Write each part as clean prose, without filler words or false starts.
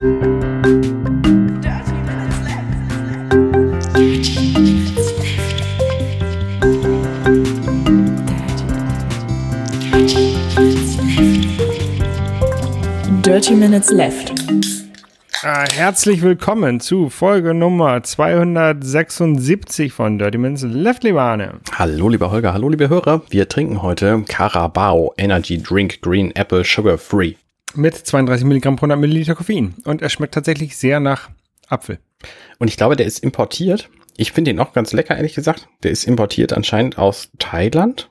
Dirty Minutes Left. Herzlich willkommen zu Folge Nummer 276 von Dirty Minutes Left, lieber Arne. Hallo, lieber Holger, hallo, liebe Hörer. Wir trinken heute Carabao Energy Drink Green Apple Sugar Free. Mit 32 Milligramm pro 100 Milliliter Koffein. Und er schmeckt tatsächlich sehr nach Apfel. Und ich glaube, der ist importiert. Ich finde den auch ganz lecker, ehrlich gesagt. Der ist importiert anscheinend aus Thailand.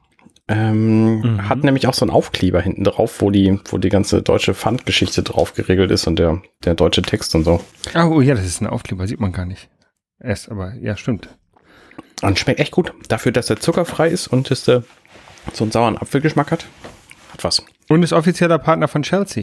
Hat nämlich auch so einen Aufkleber hinten drauf, wo die ganze deutsche Pfandgeschichte drauf geregelt ist und der deutsche Text und so. Oh ja, das ist ein Aufkleber, sieht man gar nicht. Aber ja, stimmt. Und schmeckt echt gut. Dafür, dass er zuckerfrei ist und dass der so einen sauren Apfelgeschmack hat. Hat was. Und ist offizieller Partner von Chelsea.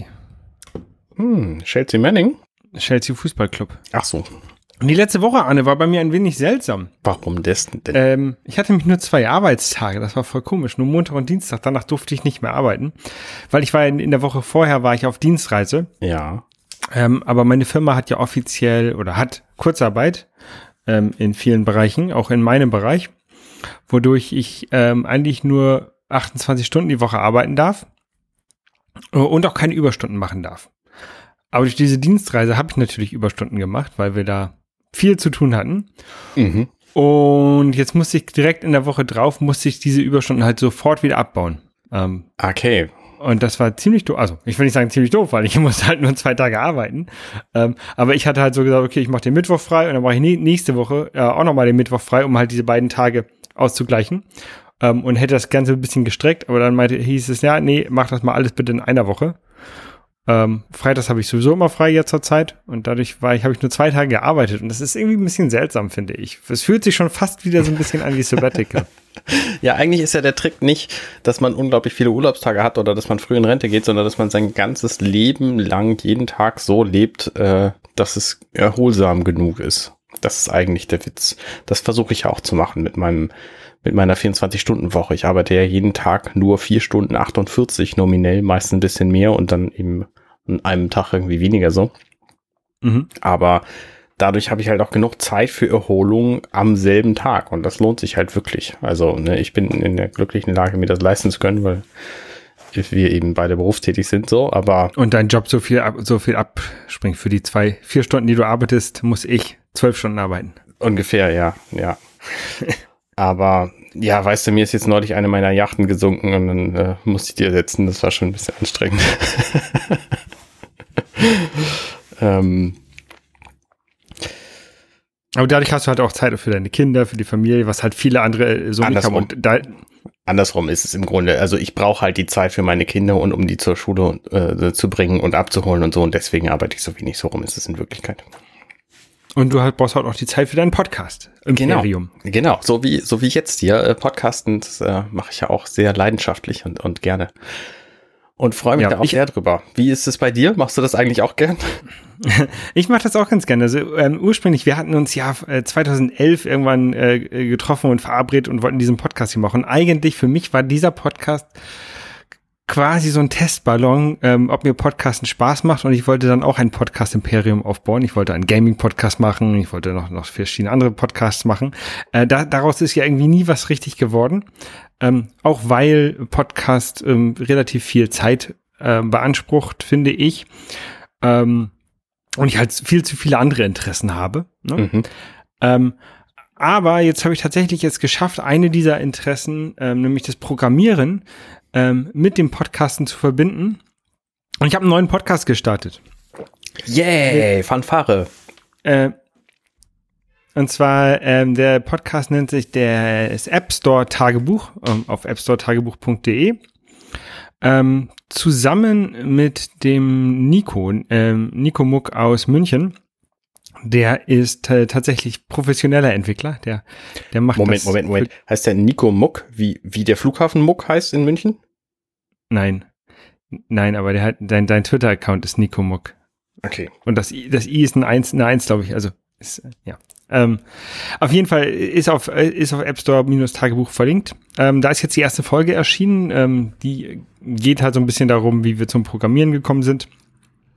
Chelsea Manning? Chelsea Fußballclub. Ach so. Und die letzte Woche, Anne, war bei mir ein wenig seltsam. Warum das denn? Ich hatte nämlich nur 2 Arbeitstage, das war voll komisch. Nur Montag und Dienstag, danach durfte ich nicht mehr arbeiten. Weil ich war in der Woche vorher war ich auf Dienstreise. Ja. Aber meine Firma hat ja offiziell oder hat Kurzarbeit in vielen Bereichen, auch in meinem Bereich, wodurch ich eigentlich nur 28 Stunden die Woche arbeiten darf und auch keine Überstunden machen darf. Aber durch diese Dienstreise habe ich natürlich Überstunden gemacht, weil wir da viel zu tun hatten. Mhm. Und jetzt musste ich direkt in der Woche drauf, diese Überstunden halt sofort wieder abbauen. Okay. Und das war ziemlich doof. Also, ich will nicht sagen ziemlich doof, weil ich musste halt nur 2 Tage arbeiten. Aber ich hatte halt so gesagt, okay, ich mache den Mittwoch frei und dann mache ich nächste Woche auch nochmal den Mittwoch frei, um halt diese beiden Tage auszugleichen. Und hätte das Ganze ein bisschen gestreckt, aber dann hieß es, ja, nee, mach das mal alles bitte in einer Woche. Freitags habe ich sowieso immer frei jetzt zur Zeit und dadurch habe ich nur 2 Tage gearbeitet und das ist irgendwie ein bisschen seltsam, finde ich. Es fühlt sich schon fast wieder so ein bisschen an wie Sabbatical. Ja, eigentlich ist ja der Trick nicht, dass man unglaublich viele Urlaubstage hat oder dass man früh in Rente geht, sondern dass man sein ganzes Leben lang jeden Tag so lebt, dass es erholsam genug ist. Das ist eigentlich der Witz. Das versuche ich ja auch zu machen mit meiner 24-Stunden-Woche. Ich arbeite ja jeden Tag nur 4 Stunden 48 nominell, meist ein bisschen mehr und dann eben an einem Tag irgendwie weniger so. Mhm. Aber dadurch habe ich halt auch genug Zeit für Erholung am selben Tag und das lohnt sich halt wirklich. Also ich bin in der glücklichen Lage, mir das leisten zu können, weil wir eben beide berufstätig sind so, aber... Und dein Job so viel abspringt. Für die 4 Stunden, die du arbeitest, muss ich 12 Stunden arbeiten. Ungefähr, ja. Aber ja, weißt du, mir ist jetzt neulich eine meiner Yachten gesunken und dann musste ich die ersetzen. Das war schon ein bisschen anstrengend. Aber dadurch hast du halt auch Zeit für deine Kinder, für die Familie, was halt viele andere so nicht haben. Andersrum ist es im Grunde. Also ich brauche halt die Zeit für meine Kinder und um die zur Schule zu bringen und abzuholen und so. Und deswegen arbeite ich so wenig. So rum ist es in Wirklichkeit. Und du brauchst halt auch die Zeit für deinen Podcast. Imperium. Genau. So wie jetzt hier. Podcasten, das mache ich ja auch sehr leidenschaftlich und gerne. Und freue mich da auch sehr drüber. Wie ist es bei dir? Machst du das eigentlich auch gern? Ich mache das auch ganz gerne. Also ursprünglich, wir hatten uns ja 2011 irgendwann getroffen und verabredet und wollten diesen Podcast hier machen. Eigentlich für mich war dieser Podcast quasi so ein Testballon, ob mir Podcasten Spaß macht und ich wollte dann auch ein Podcast-Imperium aufbauen. Ich wollte einen Gaming-Podcast machen, ich wollte noch verschiedene andere Podcasts machen. Daraus ist ja irgendwie nie was richtig geworden, auch weil Podcast relativ viel Zeit beansprucht, finde ich, und ich halt viel zu viele andere Interessen habe. Ne? Mhm. Aber jetzt habe ich tatsächlich geschafft, eine dieser Interessen, nämlich das Programmieren, mit dem Podcasten zu verbinden. Und ich habe einen neuen Podcast gestartet. Yay, Fanfare. Und zwar, der Podcast nennt sich das App Store Tagebuch auf appstoretagebuch.de. Zusammen mit dem Nico Muck aus München. Der ist tatsächlich professioneller Entwickler. Der macht Moment. Heißt der Nico Muck, wie der Flughafen Muck heißt in München? Nein, aber der hat dein Twitter-Account ist Nico Muck. Okay. Und das I ist eine 1, glaube ich. Also ist, ja. Auf jeden Fall ist auf App Store-Tagebuch verlinkt. Da ist jetzt die erste Folge erschienen. Die geht halt so ein bisschen darum, wie wir zum Programmieren gekommen sind.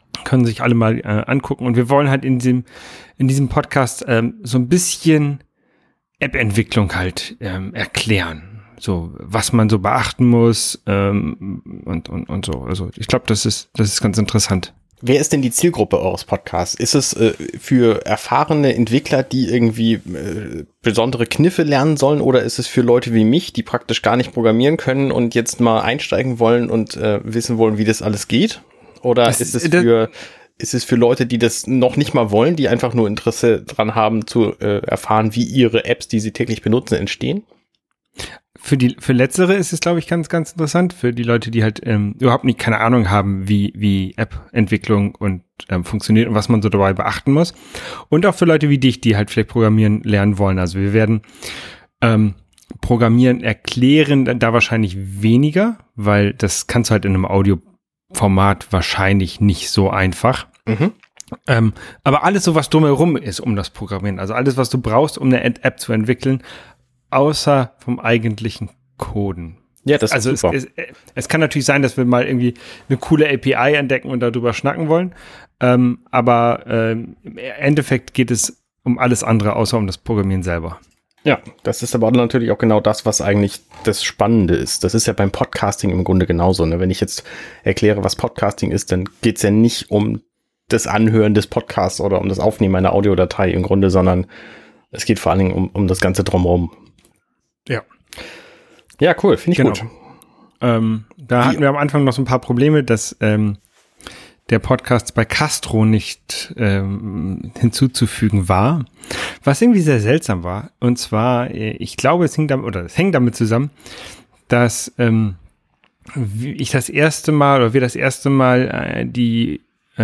Können sich alle mal angucken. Und wir wollen halt in diesem Podcast so ein bisschen App-Entwicklung halt erklären. So, was man so beachten muss und so. Also ich glaube, das ist ganz interessant. Wer ist denn die Zielgruppe eures Podcasts? Ist es für erfahrene Entwickler, die irgendwie besondere Kniffe lernen sollen, oder ist es für Leute wie mich, die praktisch gar nicht programmieren können und jetzt mal einsteigen wollen und wissen wollen, wie das alles geht? Oder ist es für Leute, die das noch nicht mal wollen, die einfach nur Interesse dran haben zu erfahren, wie ihre Apps, die sie täglich benutzen, entstehen? Für Letztere ist es, glaube ich, ganz, ganz interessant. Für die Leute, die halt überhaupt nicht keine Ahnung haben, wie App-Entwicklung und funktioniert und was man so dabei beachten muss. Und auch für Leute wie dich, die halt vielleicht programmieren lernen wollen. Also wir werden Programmieren erklären, da wahrscheinlich weniger, weil das kannst du halt in einem Audioformat wahrscheinlich nicht so einfach. Aber alles so, was drumherum ist um das Programmieren, also alles, was du brauchst, um eine App zu entwickeln, außer vom eigentlichen Coden. Ja, das ist super. Es kann natürlich sein, dass wir mal irgendwie eine coole API entdecken und darüber schnacken wollen, aber im Endeffekt geht es um alles andere, außer um das Programmieren selber. Ja, das ist aber natürlich auch genau das, was eigentlich das Spannende ist. Das ist ja beim Podcasting im Grunde genauso. Ne? Wenn ich jetzt erkläre, was Podcasting ist, dann geht es ja nicht um das Anhören des Podcasts oder um das Aufnehmen einer Audiodatei im Grunde, sondern es geht vor allen Dingen um das Ganze drumherum. Ja. Ja, cool, finde ich gut. Da hatten wir am Anfang noch so ein paar Probleme, dass der Podcast bei Castro nicht hinzuzufügen war, was irgendwie sehr seltsam war. Und zwar, ich glaube, es hängt damit zusammen, dass wir das erste Mal die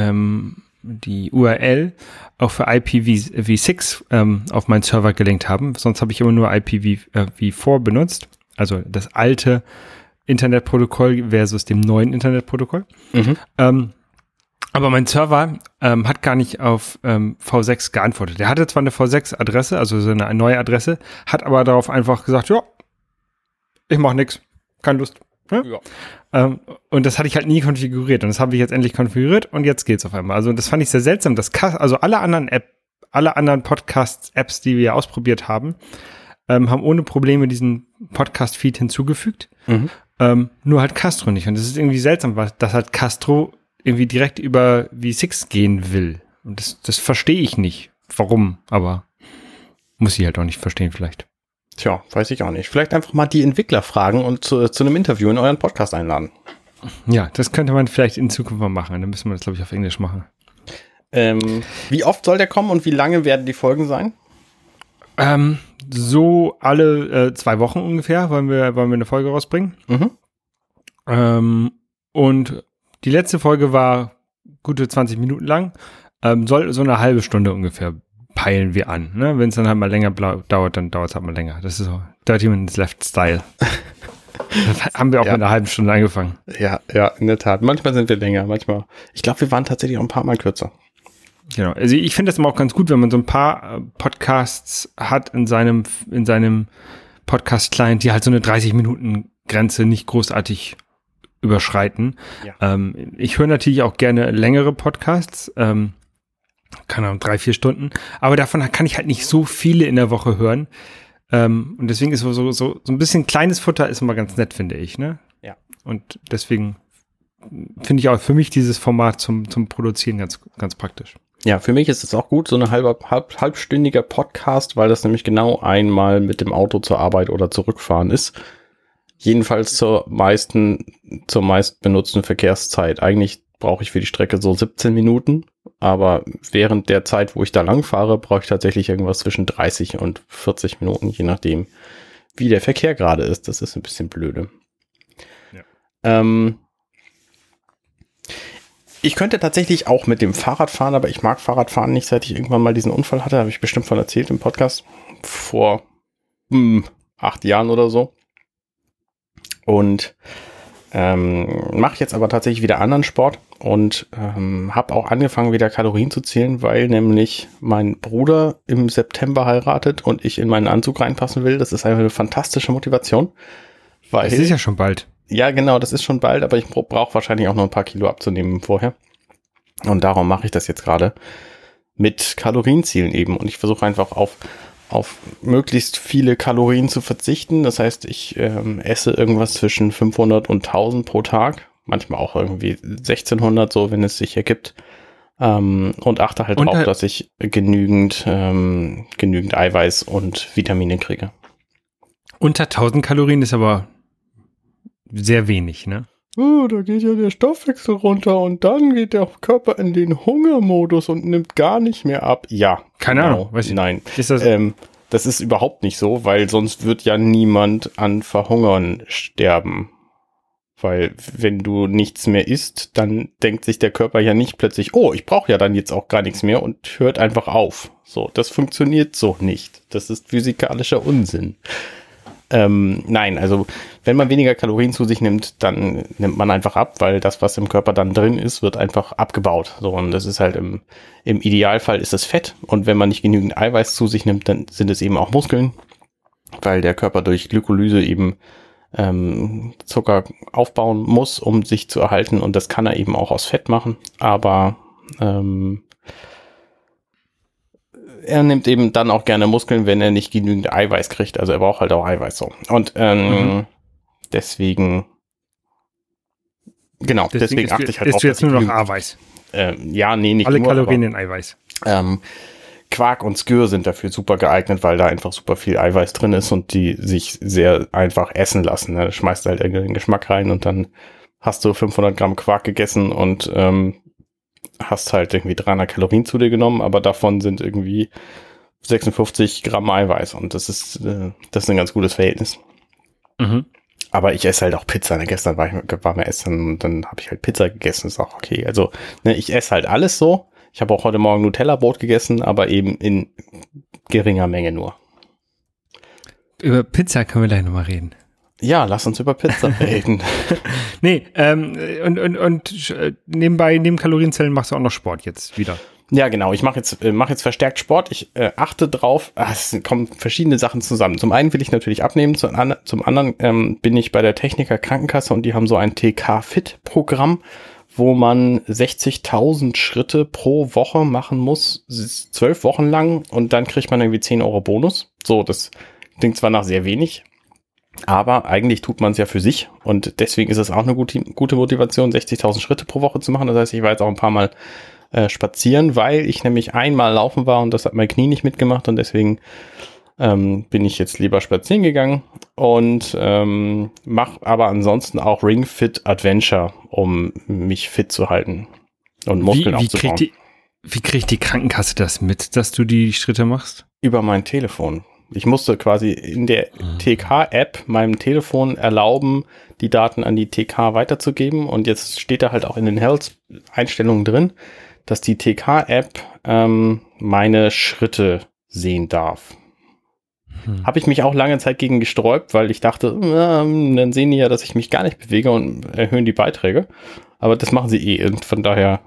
URL auch für IPv6 auf meinen Server gelinkt haben. Sonst habe ich immer nur IPv4 benutzt, also das alte Internetprotokoll versus dem neuen Internetprotokoll. Aber mein Server hat gar nicht auf V6 geantwortet. Der hatte zwar eine V6-Adresse, also so eine neue Adresse, hat aber darauf einfach gesagt, ja, ich mache nichts, keine Lust. Ja? Und das hatte ich halt nie konfiguriert. Und das habe ich jetzt endlich konfiguriert und jetzt geht's auf einmal. Also das fand ich sehr seltsam, dass alle anderen Podcast-Apps, die wir ausprobiert haben, haben ohne Probleme diesen Podcast-Feed hinzugefügt. Nur halt Castro nicht. Und das ist irgendwie seltsam, weil das halt Castro irgendwie direkt über V6 gehen will. Und das verstehe ich nicht. Warum? Aber muss ich halt auch nicht verstehen vielleicht. Tja, weiß ich auch nicht. Vielleicht einfach mal die Entwickler fragen und zu einem Interview in euren Podcast einladen. Ja, das könnte man vielleicht in Zukunft mal machen. Dann müssen wir das, glaube ich, auf Englisch machen. Wie oft soll der kommen und wie lange werden die Folgen sein? So alle 2 Wochen ungefähr wollen wir eine Folge rausbringen. Und die letzte Folge war gute 20 Minuten lang. Soll so eine halbe Stunde ungefähr peilen wir an. Ne? Wenn es dann halt mal länger dauert, dann dauert es halt mal länger. Das ist so 30 Minutes Left Style. Das haben wir auch mit einer halben Stunde angefangen. Ja, in der Tat. Manchmal sind wir länger, manchmal. Ich glaube, wir waren tatsächlich auch ein paar Mal kürzer. Genau. Also ich finde das immer auch ganz gut, wenn man so ein paar Podcasts hat in seinem Podcast-Client, die halt so eine 30-Minuten-Grenze nicht großartig überschreiten. Ja. Ich höre natürlich auch gerne längere Podcasts, keine Ahnung, 3-4 Stunden, aber davon kann ich halt nicht so viele in der Woche hören. Und deswegen ist so ein bisschen kleines Futter ist immer ganz nett, finde ich, ne? Ja. Und deswegen finde ich auch für mich dieses Format zum Produzieren ganz, ganz praktisch. Ja, für mich ist es auch gut, so eine halbstündiger Podcast, weil das nämlich genau einmal mit dem Auto zur Arbeit oder zurückfahren ist. Jedenfalls zur meist benutzten Verkehrszeit. Eigentlich brauche ich für die Strecke so 17 Minuten, aber während der Zeit, wo ich da lang fahre, brauche ich tatsächlich irgendwas zwischen 30 und 40 Minuten, je nachdem, wie der Verkehr gerade ist. Das ist ein bisschen blöde. Ja. Ich könnte tatsächlich auch mit dem Fahrrad fahren, aber ich mag Fahrradfahren nicht, seit ich irgendwann mal diesen Unfall hatte. Habe ich bestimmt von erzählt im Podcast. Vor 8 Jahren oder so. Und mache jetzt aber tatsächlich wieder anderen Sport und habe auch angefangen, wieder Kalorien zu zählen, weil nämlich mein Bruder im September heiratet und ich in meinen Anzug reinpassen will. Das ist eine fantastische Motivation. Das ist ja schon bald. Ja, genau, das ist schon bald, aber ich brauche wahrscheinlich auch noch ein paar Kilo abzunehmen vorher. Und darum mache ich das jetzt gerade mit Kalorienzielen eben. Und ich versuche einfach auf möglichst viele Kalorien zu verzichten. Das heißt, ich esse irgendwas zwischen 500 und 1000 pro Tag. Manchmal auch irgendwie 1600, so, wenn es sich ergibt. Und achte halt drauf, dass ich genügend Eiweiß und Vitamine kriege. Unter 1000 Kalorien ist aber sehr wenig, ne? Da geht ja der Stoffwechsel runter und dann geht der Körper in den Hungermodus und nimmt gar nicht mehr ab. Ja. Keine Ahnung. Weiß ich. Nein. Ist das das ist überhaupt nicht so, weil sonst wird ja niemand an Verhungern sterben. Weil wenn du nichts mehr isst, dann denkt sich der Körper ja nicht plötzlich, oh, ich brauche ja dann jetzt auch gar nichts mehr und hört einfach auf. So, das funktioniert so nicht. Das ist physikalischer Unsinn. Nein, also wenn man weniger Kalorien zu sich nimmt, dann nimmt man einfach ab, weil das, was im Körper dann drin ist, wird einfach abgebaut. So, und das ist halt im Idealfall ist es Fett. Und wenn man nicht genügend Eiweiß zu sich nimmt, dann sind es eben auch Muskeln, weil der Körper durch Glykolyse eben Zucker aufbauen muss, um sich zu erhalten. Und das kann er eben auch aus Fett machen. Aber er nimmt eben dann auch gerne Muskeln, wenn er nicht genügend Eiweiß kriegt. Also er braucht halt auch Eiweiß so. Und deswegen achte ich halt drauf. Ist jetzt nur noch Eiweiß? Ja, nee, nicht alle nur. Alle Kalorien in Eiweiß. Quark und Skyr sind dafür super geeignet, weil da einfach super viel Eiweiß drin ist und die sich sehr einfach essen lassen. Ne? Da schmeißt du halt den Geschmack rein und dann hast du 500 Gramm Quark gegessen und hast halt irgendwie 300 Kalorien zu dir genommen, aber davon sind irgendwie 56 Gramm Eiweiß und das ist ein ganz gutes Verhältnis. Mhm. Aber ich esse halt auch Pizza. Gestern war wir essen und dann habe ich halt Pizza gegessen. Ist auch okay. Also ich esse halt alles so. Ich habe auch heute Morgen Nutella-Brot gegessen, aber eben in geringer Menge nur. Über Pizza können wir gleich nochmal reden. Ja, lass uns über Pizza reden. Nee, und nebenbei, neben Kalorienzellen machst du auch noch Sport jetzt wieder. Ja, genau. Ich mache jetzt verstärkt Sport. Ich achte drauf, es kommen verschiedene Sachen zusammen. Zum einen will ich natürlich abnehmen, zum anderen bin ich bei der Techniker Krankenkasse und die haben so ein TK-Fit-Programm, wo man 60.000 Schritte pro Woche machen muss, 12 Wochen lang und dann kriegt man irgendwie 10 Euro Bonus. So, das klingt zwar nach sehr wenig, aber eigentlich tut man es ja für sich und deswegen ist es auch eine gute Motivation, 60.000 Schritte pro Woche zu machen. Das heißt, ich war jetzt auch ein paar Mal spazieren, weil ich nämlich einmal laufen war und das hat mein Knie nicht mitgemacht und deswegen bin ich jetzt lieber spazieren gegangen und mache aber ansonsten auch Ring Fit Adventure, um mich fit zu halten und Muskeln aufzubauen. Wie kriegt die Krankenkasse das mit, dass du die Schritte machst? Über mein Telefon. Ich musste quasi in der TK-App meinem Telefon erlauben, die Daten an die TK weiterzugeben und jetzt steht da halt auch in den Health-Einstellungen drin, dass die TK-App meine Schritte sehen darf. Habe ich mich auch lange Zeit gegen gesträubt, weil ich dachte, dann sehen die ja, dass ich mich gar nicht bewege und erhöhen die Beiträge. Aber das machen sie eh und von daher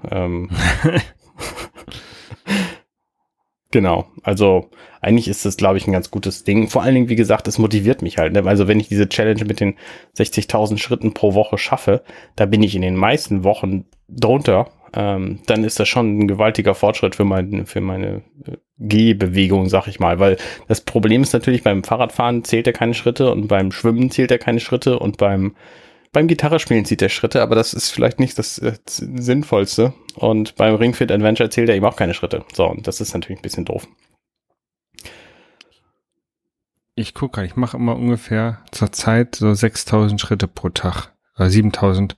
genau, also eigentlich ist das, glaube ich, ein ganz gutes Ding. Vor allen Dingen, wie gesagt, es motiviert mich halt. Ne? Also wenn ich diese Challenge mit den 60.000 Schritten pro Woche schaffe, da bin ich in den meisten Wochen drunter. Dann ist das schon ein gewaltiger Fortschritt für meine Gehbewegung, sag ich mal. Weil das Problem ist natürlich, beim Fahrradfahren zählt er keine Schritte und beim Schwimmen zählt er keine Schritte und beim Gitarrespielen zieht er Schritte, aber das ist vielleicht nicht das Sinnvollste. Und beim Ring Fit Adventure zählt er eben auch keine Schritte. So, und das ist natürlich ein bisschen doof. Ich gucke gerade, ich mache immer ungefähr zur Zeit so 6.000 Schritte pro Tag. 7.000.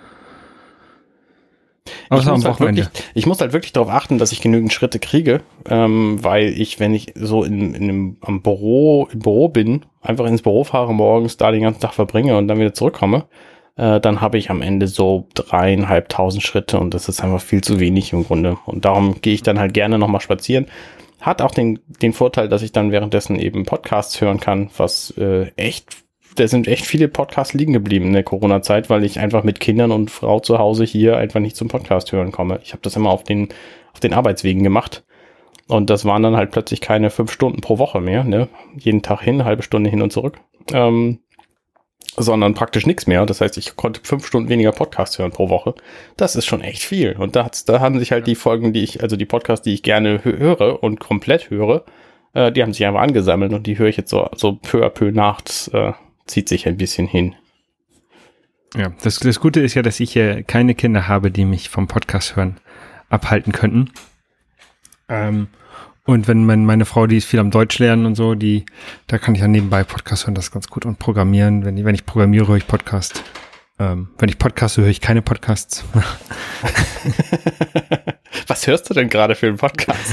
Ich muss halt wirklich darauf achten, dass ich genügend Schritte kriege, weil ich, wenn ich so im Büro bin, einfach ins Büro fahre morgens, da den ganzen Tag verbringe und dann wieder zurückkomme, dann habe ich am Ende so 3.500 Schritte und das ist einfach viel zu wenig im Grunde. Und darum gehe ich dann halt gerne nochmal spazieren. Hat auch den Vorteil, dass ich dann währenddessen eben Podcasts hören kann, was da sind echt viele Podcasts liegen geblieben in der Corona-Zeit, weil ich einfach mit Kindern und Frau zu Hause hier einfach nicht zum Podcast hören komme. Ich habe das immer auf den Arbeitswegen gemacht und das waren dann halt plötzlich keine 5 Stunden pro Woche mehr, ne? Jeden Tag hin, halbe Stunde hin und zurück. sondern praktisch nichts mehr. Das heißt, ich konnte 5 Stunden weniger Podcast hören pro Woche. Das ist schon echt viel. Und da haben sich halt die Folgen, die Podcasts, die ich gerne höre und komplett höre, die haben sich einfach angesammelt und die höre ich jetzt so peu à peu nach. Das zieht sich ein bisschen hin. Ja, das Gute ist ja, dass ich hier keine Kinder habe, die mich vom Podcast hören abhalten könnten. Und wenn meine Frau, die ist viel am Deutsch lernen und so, da kann ich ja nebenbei Podcast hören, das ist ganz gut. Und programmieren, wenn ich programmiere, höre ich Podcast. Wenn ich podcaste, höre ich keine Podcasts. Was hörst du denn gerade für einen Podcast?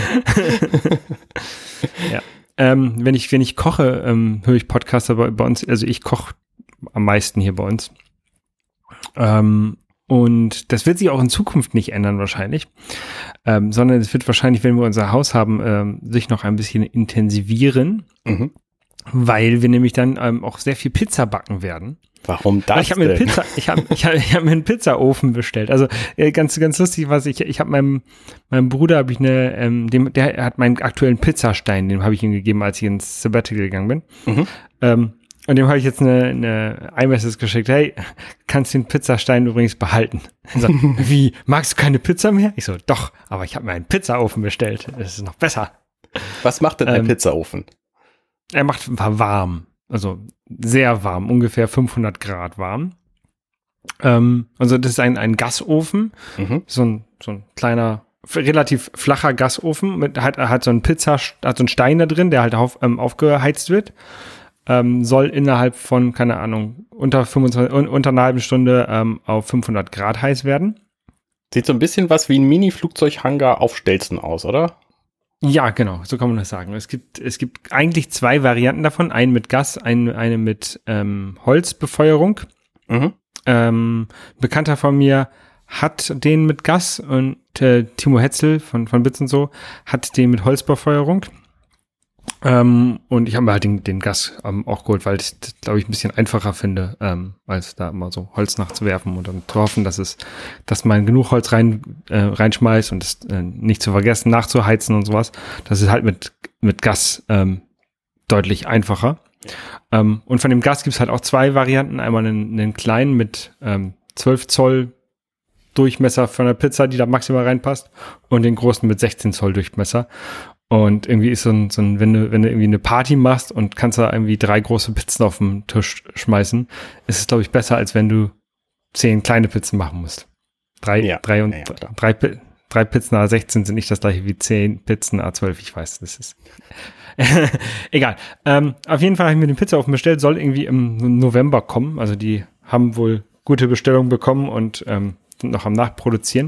Ja. Wenn ich koche, höre ich Podcasts, aber bei uns, also ich koche am meisten hier bei uns. Und das wird sich auch in Zukunft nicht ändern wahrscheinlich, sondern es wird wahrscheinlich, wenn wir unser Haus haben, sich noch ein bisschen intensivieren, weil wir nämlich dann auch sehr viel Pizza backen werden. Warum das? Ich habe mir einen Pizzaofen bestellt. Also ganz lustig, ich habe meinem Bruder der hat meinen aktuellen Pizzastein, den habe ich ihm gegeben, als ich ins Sabbatical gegangen bin. Und dem habe ich jetzt eine iMessage geschickt, hey, kannst den Pizzastein übrigens behalten. Er sagt, wie, magst du keine Pizza mehr? Ich so, doch, aber ich habe mir einen Pizzaofen bestellt. Das ist noch besser. Was macht denn ein Pizzaofen? Er macht warm, also sehr warm, ungefähr 500 Grad warm. Also das ist ein Gasofen, so ein kleiner, relativ flacher Gasofen, hat so einen Stein da drin, der halt aufgeheizt wird. Soll innerhalb von, keine Ahnung, unter einer halben Stunde auf 500 Grad heiß werden. Sieht so ein bisschen was wie ein Mini-Flugzeughangar auf Stelzen aus, oder? Ja, genau, so kann man das sagen. Es gibt eigentlich 2 Varianten davon, einen mit Gas, eine mit Holzbefeuerung. Bekannter von mir hat den mit Gas und Timo Hetzel von Bits und so hat den mit Holzbefeuerung. Und ich habe mir halt den Gas auch geholt, weil ich das, glaube ich, ein bisschen einfacher finde, als da immer so Holz nachzuwerfen und dann zu hoffen, dass man genug Holz reinschmeißt und es nicht zu vergessen, nachzuheizen und sowas. Das ist halt mit Gas deutlich einfacher. Und von dem Gas gibt's halt auch 2 Varianten. Einmal einen kleinen mit 12 Zoll Durchmesser von der Pizza, die da maximal reinpasst, und den großen mit 16 Zoll Durchmesser. Und irgendwie ist wenn du irgendwie eine Party machst und kannst da irgendwie 3 große Pizzen auf den Tisch schmeißen, ist es, glaube ich, besser, als wenn du 10 kleine Pizzen machen musst. 3 Pizzen A16 sind nicht das gleiche wie 10 Pizzen A12, ich weiß, das ist egal. Auf jeden Fall habe ich mir den Pizzaofen bestellt, soll irgendwie im November kommen, also die haben wohl gute Bestellungen bekommen und sind noch am Nachproduzieren.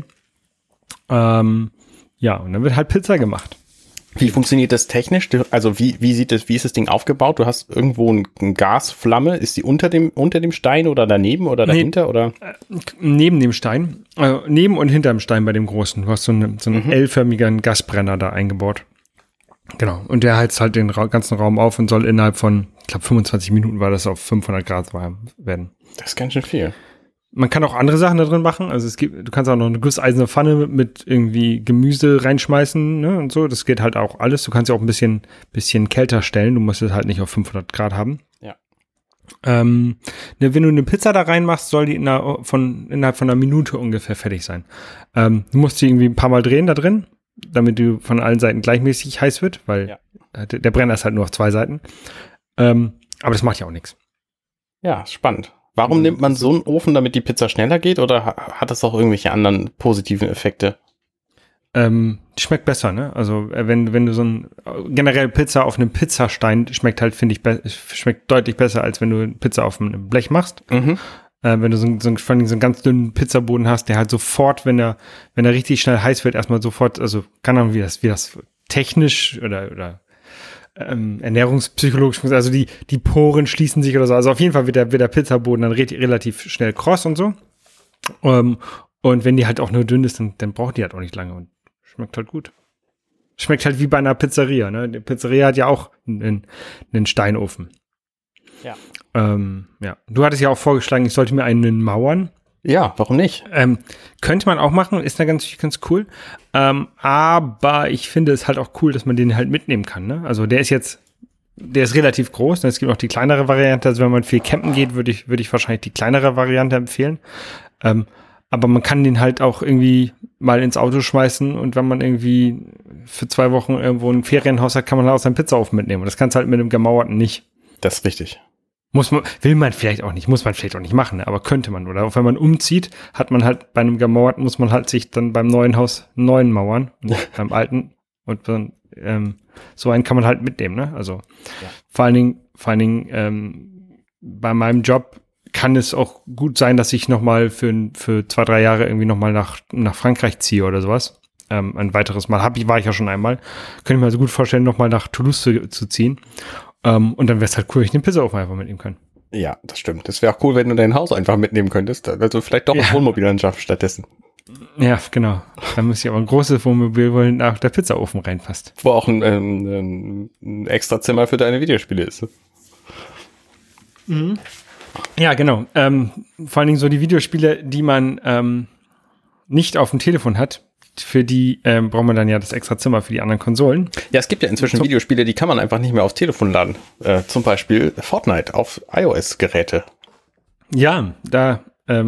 Ja, und dann wird halt Pizza gemacht. Wie funktioniert das technisch? Also wie ist das Ding aufgebaut? Du hast irgendwo eine Gasflamme. Ist die unter dem Stein oder daneben oder dahinter? Nee, oder? Neben dem Stein. Neben und hinter dem Stein bei dem großen. Du hast so einen L-förmigen Gasbrenner da eingebaut. Genau. Und der heizt halt den ganzen Raum auf und soll innerhalb von, ich glaube 25 Minuten war das, auf 500 Grad warm werden. Das ist ganz schön viel. Man kann auch andere Sachen da drin machen. Also du kannst auch noch eine gusseiserne Pfanne mit irgendwie Gemüse reinschmeißen, ne, und so. Das geht halt auch alles. Du kannst ja auch ein bisschen kälter stellen. Du musst es halt nicht auf 500 Grad haben. Ja. Wenn du eine Pizza da reinmachst, soll die innerhalb von einer Minute ungefähr fertig sein. Du musst die irgendwie ein paar Mal drehen da drin, damit du von allen Seiten gleichmäßig heiß wird, weil der Brenner ist halt nur auf 2 Seiten. Aber das macht ja auch nichts. Ja, spannend. Warum nimmt man so einen Ofen, damit die Pizza schneller geht, oder hat das auch irgendwelche anderen positiven Effekte? Die schmeckt besser, ne? Also wenn du generell Pizza auf einem Pizzastein schmeckt halt, finde ich, schmeckt deutlich besser, als wenn du Pizza auf einem Blech machst. Wenn du so einen ganz dünnen Pizzaboden hast, der halt sofort, wenn er richtig schnell heiß wird, erstmal sofort, also keine Ahnung, wie das technisch oder ernährungspsychologisch funktioniert, also die Poren schließen sich oder so. Also auf jeden Fall wird der Pizzaboden dann relativ schnell kross und so. Und wenn die halt auch nur dünn ist, dann braucht die halt auch nicht lange und schmeckt halt gut. Schmeckt halt wie bei einer Pizzeria, ne? Die Pizzeria hat ja auch einen Steinofen. Ja. Ja. Du hattest ja auch vorgeschlagen, ich sollte mir einen mauern. Ja, warum nicht? Könnte man auch machen, ist da ganz cool. Aber ich finde es halt auch cool, dass man den halt mitnehmen kann, ne? Also der ist jetzt der ist relativ groß. Es gibt noch die kleinere Variante. Also wenn man viel campen geht, würde ich wahrscheinlich die kleinere Variante empfehlen. Aber man kann den halt auch irgendwie mal ins Auto schmeißen und wenn man irgendwie für 2 Wochen irgendwo ein Ferienhaus hat, kann man auch seinen Pizzaofen mitnehmen. Und das kannst du halt mit einem gemauerten nicht. Das ist richtig. Will man vielleicht auch nicht, muss man vielleicht auch nicht machen, aber könnte man. Oder auch wenn man umzieht, hat man halt bei einem gemauerten, muss man halt sich dann beim neuen Haus einen neuen mauern und beim alten und dann so einen kann man halt mitnehmen, ne? Also ja. vor allen Dingen bei meinem Job kann es auch gut sein, dass ich nochmal für 2-3 Jahre irgendwie nochmal nach Frankreich ziehe oder sowas. Ein weiteres Mal. War ich ja schon einmal. Könnte ich mir also gut vorstellen, nochmal nach Toulouse zu ziehen. Und dann wäre es halt cool, wenn ich den Pizzaofen einfach mitnehmen kann. Ja, das stimmt. Das wäre auch cool, wenn du dein Haus einfach mitnehmen könntest. Also vielleicht doch ein Wohnmobil anschaffen stattdessen. Ja, genau. Dann müsste ich aber ein großes Wohnmobil, wo nach der Pizzaofen reinpasst. Wo auch ein extra Zimmer für deine Videospiele ist. Mhm. Ja, genau. Vor allen Dingen so die Videospiele, die man nicht auf dem Telefon hat, für die braucht man dann ja das extra Zimmer für die anderen Konsolen. Ja, es gibt ja inzwischen Videospiele, die kann man einfach nicht mehr aufs Telefon laden. Zum Beispiel Fortnite auf iOS-Geräte. Ja, da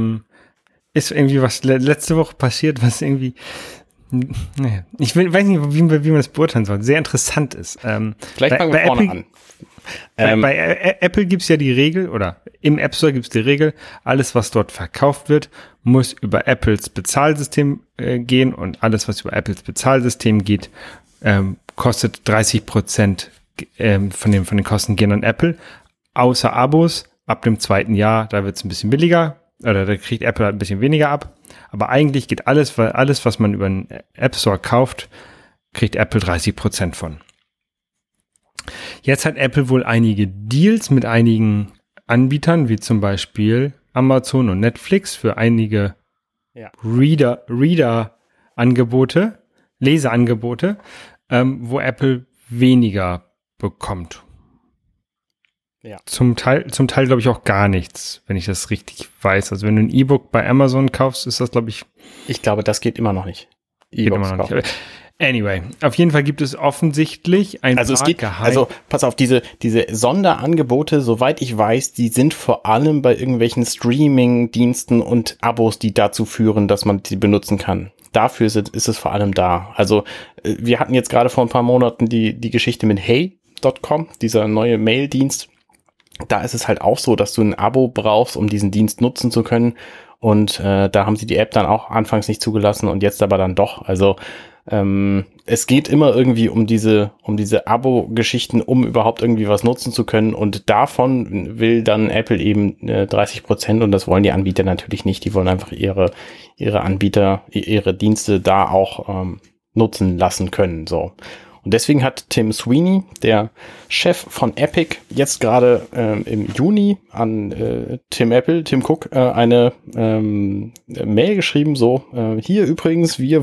ist irgendwie was letzte Woche passiert, was irgendwie, ich weiß nicht, wie man das beurteilen soll, sehr interessant ist. Vielleicht fangen wir vorne an. Bei Apple gibt es ja die Regel, oder im App Store gibt es die Regel, alles, was dort verkauft wird, muss über Apples Bezahlsystem gehen und alles, was über Apples Bezahlsystem geht, kostet 30% von den Kosten gehen an Apple, außer Abos. Ab dem 2. Jahr, da wird es ein bisschen billiger, oder da kriegt Apple halt ein bisschen weniger ab. Aber eigentlich geht alles, was man über den App Store kauft, kriegt Apple 30% von. Jetzt hat Apple wohl einige Deals mit einigen Anbietern, wie zum Beispiel Amazon und Netflix für einige Reader-Angebote, Leseangebote, wo Apple weniger bekommt. Ja. Zum Teil glaube ich auch gar nichts, wenn ich das richtig weiß. Also wenn du ein E-Book bei Amazon kaufst, ist das, glaube ich... Ich glaube, das geht immer noch nicht. Anyway, auf jeden Fall gibt es offensichtlich ein Also pass auf, diese Sonderangebote, soweit ich weiß, die sind vor allem bei irgendwelchen Streaming-Diensten und Abos, die dazu führen, dass man die benutzen kann. Dafür ist es vor allem da. Also wir hatten jetzt gerade vor ein paar Monaten die Geschichte mit Hey.com, dieser neue Mail-Dienst. Da ist es halt auch so, dass du ein Abo brauchst, um diesen Dienst nutzen zu können. Und da haben sie die App dann auch anfangs nicht zugelassen und jetzt aber dann doch. Also es geht immer irgendwie um diese Abo-Geschichten, um überhaupt irgendwie was nutzen zu können. Und davon will dann Apple eben 30% und das wollen die Anbieter natürlich nicht. Die wollen einfach ihre Anbieter, ihre Dienste da auch nutzen lassen können. So. Und deswegen hat Tim Sweeney, der Chef von Epic, jetzt gerade im Juni an Tim Cook eine Mail geschrieben, so, hier übrigens, wir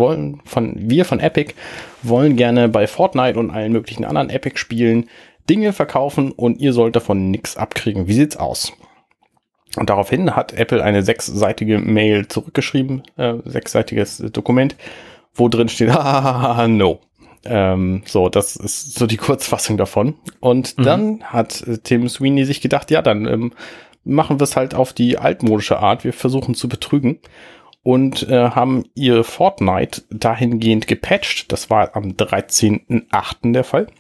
von Epic wollen gerne bei Fortnite und allen möglichen anderen Epic-Spielen Dinge verkaufen und ihr sollt davon nichts abkriegen. Wie sieht's aus? Und daraufhin hat Apple eine 6-seitige Mail zurückgeschrieben, 6-seitiges Dokument, wo drin steht, no. So, das ist so die Kurzfassung davon. Und dann hat Tim Sweeney sich gedacht, ja, dann machen wir es halt auf die altmodische Art. Wir versuchen zu betrügen und haben ihr Fortnite dahingehend gepatcht. Das war am 13.08. der Fall.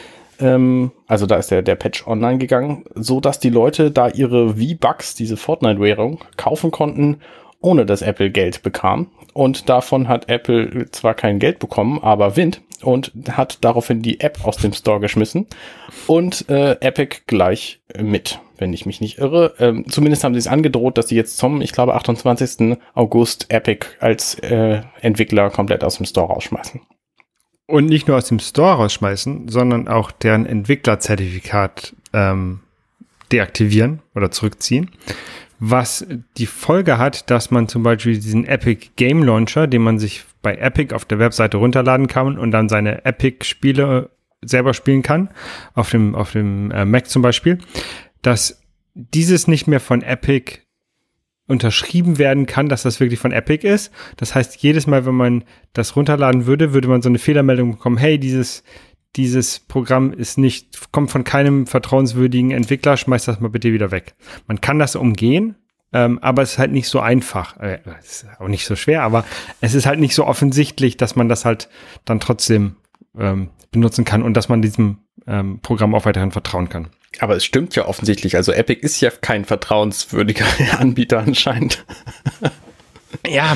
Also da ist der Patch online gegangen, so dass die Leute da ihre V-Bucks, diese Fortnite-Währung, kaufen konnten, ohne dass Apple Geld bekam. Und davon hat Apple zwar kein Geld bekommen, aber Wind und hat daraufhin die App aus dem Store geschmissen und Epic gleich mit, wenn ich mich nicht irre. Zumindest haben sie es angedroht, dass sie jetzt zum, ich glaube, 28. August Epic als Entwickler komplett aus dem Store rausschmeißen. Und nicht nur aus dem Store rausschmeißen, sondern auch deren Entwicklerzertifikat deaktivieren oder zurückziehen. Was die Folge hat, dass man zum Beispiel diesen Epic Game Launcher, den man sich bei Epic auf der Webseite runterladen kann und dann seine Epic-Spiele selber spielen kann, auf dem Mac zum Beispiel, dass dieses nicht mehr von Epic unterschrieben werden kann, dass das wirklich von Epic ist. Das heißt, jedes Mal, wenn man das runterladen würde man so eine Fehlermeldung bekommen, hey, dieses Programm kommt von keinem vertrauenswürdigen Entwickler, schmeiß das mal bitte wieder weg. Man kann das umgehen, aber es ist halt nicht so einfach. Es ist auch nicht so schwer, aber es ist halt nicht so offensichtlich, dass man das halt dann trotzdem benutzen kann und dass man diesem Programm auch weiterhin vertrauen kann. Aber es stimmt ja offensichtlich. Also Epic ist ja kein vertrauenswürdiger Anbieter anscheinend. Ja,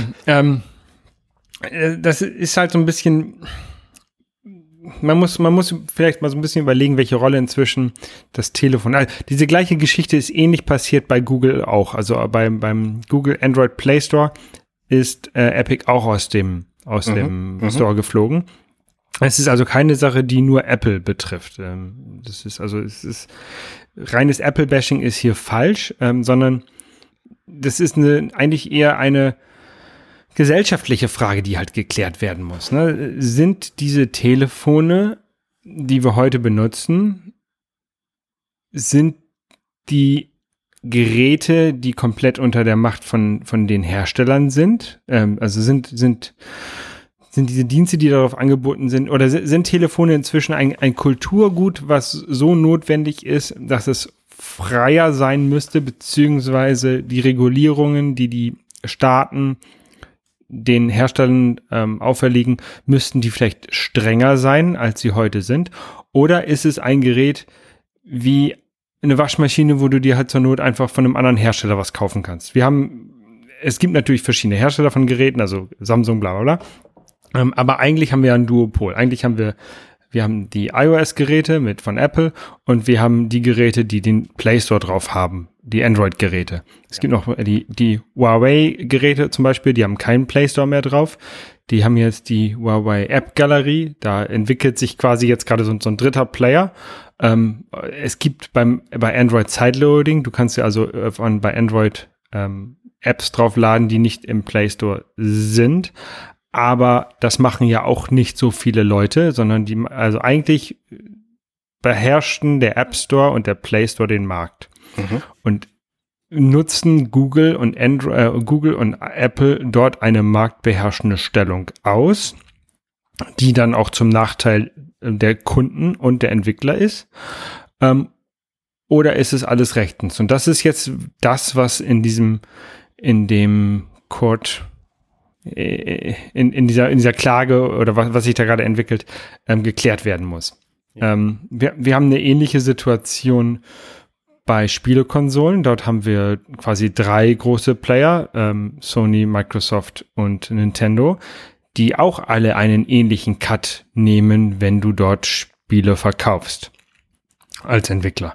das ist halt so ein bisschen, man muss vielleicht mal so ein bisschen überlegen, welche Rolle inzwischen das Telefon, diese gleiche Geschichte ist ähnlich passiert bei Google auch. Also beim Google Android Play Store ist Epic auch aus dem Store geflogen. Es ist also keine Sache, die nur Apple betrifft. Reines Apple-Bashing ist hier falsch, sondern das ist eigentlich eher eine gesellschaftliche Frage, die halt geklärt werden muss. Ne? Sind diese Telefone, die wir heute benutzen, sind die Geräte, die komplett unter der Macht von den Herstellern sind? Also sind diese Dienste, die darauf angeboten sind, oder sind Telefone inzwischen ein Kulturgut, was so notwendig ist, dass es freier sein müsste, beziehungsweise die Regulierungen, die Staaten den Herstellern auferlegen, müssten die vielleicht strenger sein, als sie heute sind? Oder ist es ein Gerät wie eine Waschmaschine, wo du dir halt zur Not einfach von einem anderen Hersteller was kaufen kannst? Es gibt natürlich verschiedene Hersteller von Geräten, also Samsung, bla bla bla. Aber eigentlich haben wir ein Duopol. Eigentlich haben wir die iOS-Geräte von Apple und wir haben die Geräte, die den Play Store drauf haben, die Android-Geräte. Es gibt noch die Huawei-Geräte zum Beispiel, die haben keinen Play Store mehr drauf. Die haben jetzt die Huawei App-Galerie. Da entwickelt sich quasi jetzt gerade so ein dritter Player. Es gibt bei Android Sideloading. Du kannst ja also bei Android Apps draufladen, die nicht im Play Store sind. Aber das machen ja auch nicht so viele Leute, sondern also eigentlich beherrschten der App Store und der Play Store den Markt. Und nutzen Google und Apple dort eine marktbeherrschende Stellung aus, die dann auch zum Nachteil der Kunden und der Entwickler ist. Oder ist es alles rechtens? Und das ist jetzt das, was in dem Court in dieser Klage oder was sich da gerade entwickelt, geklärt werden muss. Ja. Wir haben eine ähnliche Situation bei Spielekonsolen. Dort haben wir quasi 3 große Player, Sony, Microsoft und Nintendo, die auch alle einen ähnlichen Cut nehmen, wenn du dort Spiele verkaufst als Entwickler.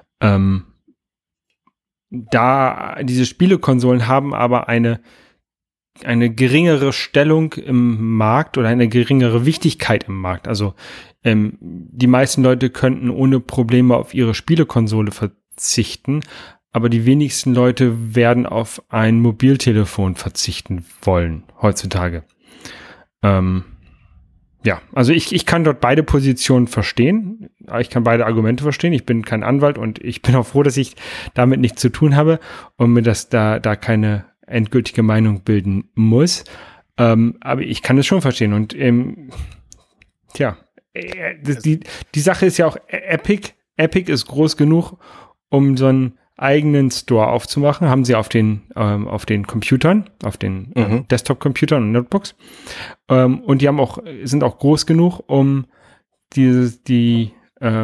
Diese Spielekonsolen haben aber eine geringere Stellung im Markt oder eine geringere Wichtigkeit im Markt. Also die meisten Leute könnten ohne Probleme auf ihre Spielekonsole verzichten, aber die wenigsten Leute werden auf ein Mobiltelefon verzichten wollen heutzutage. Also ich kann dort beide Positionen verstehen. Ich kann beide Argumente verstehen. Ich bin kein Anwalt und ich bin auch froh, dass ich damit nichts zu tun habe und mir da keine endgültige Meinung bilden muss. Aber ich kann es schon verstehen. Und die Sache ist ja auch, Epic ist groß genug, um so einen eigenen Store aufzumachen. Haben sie auf den Computern, auf den Desktop-Computern und Notebooks. Und die sind auch groß genug, um die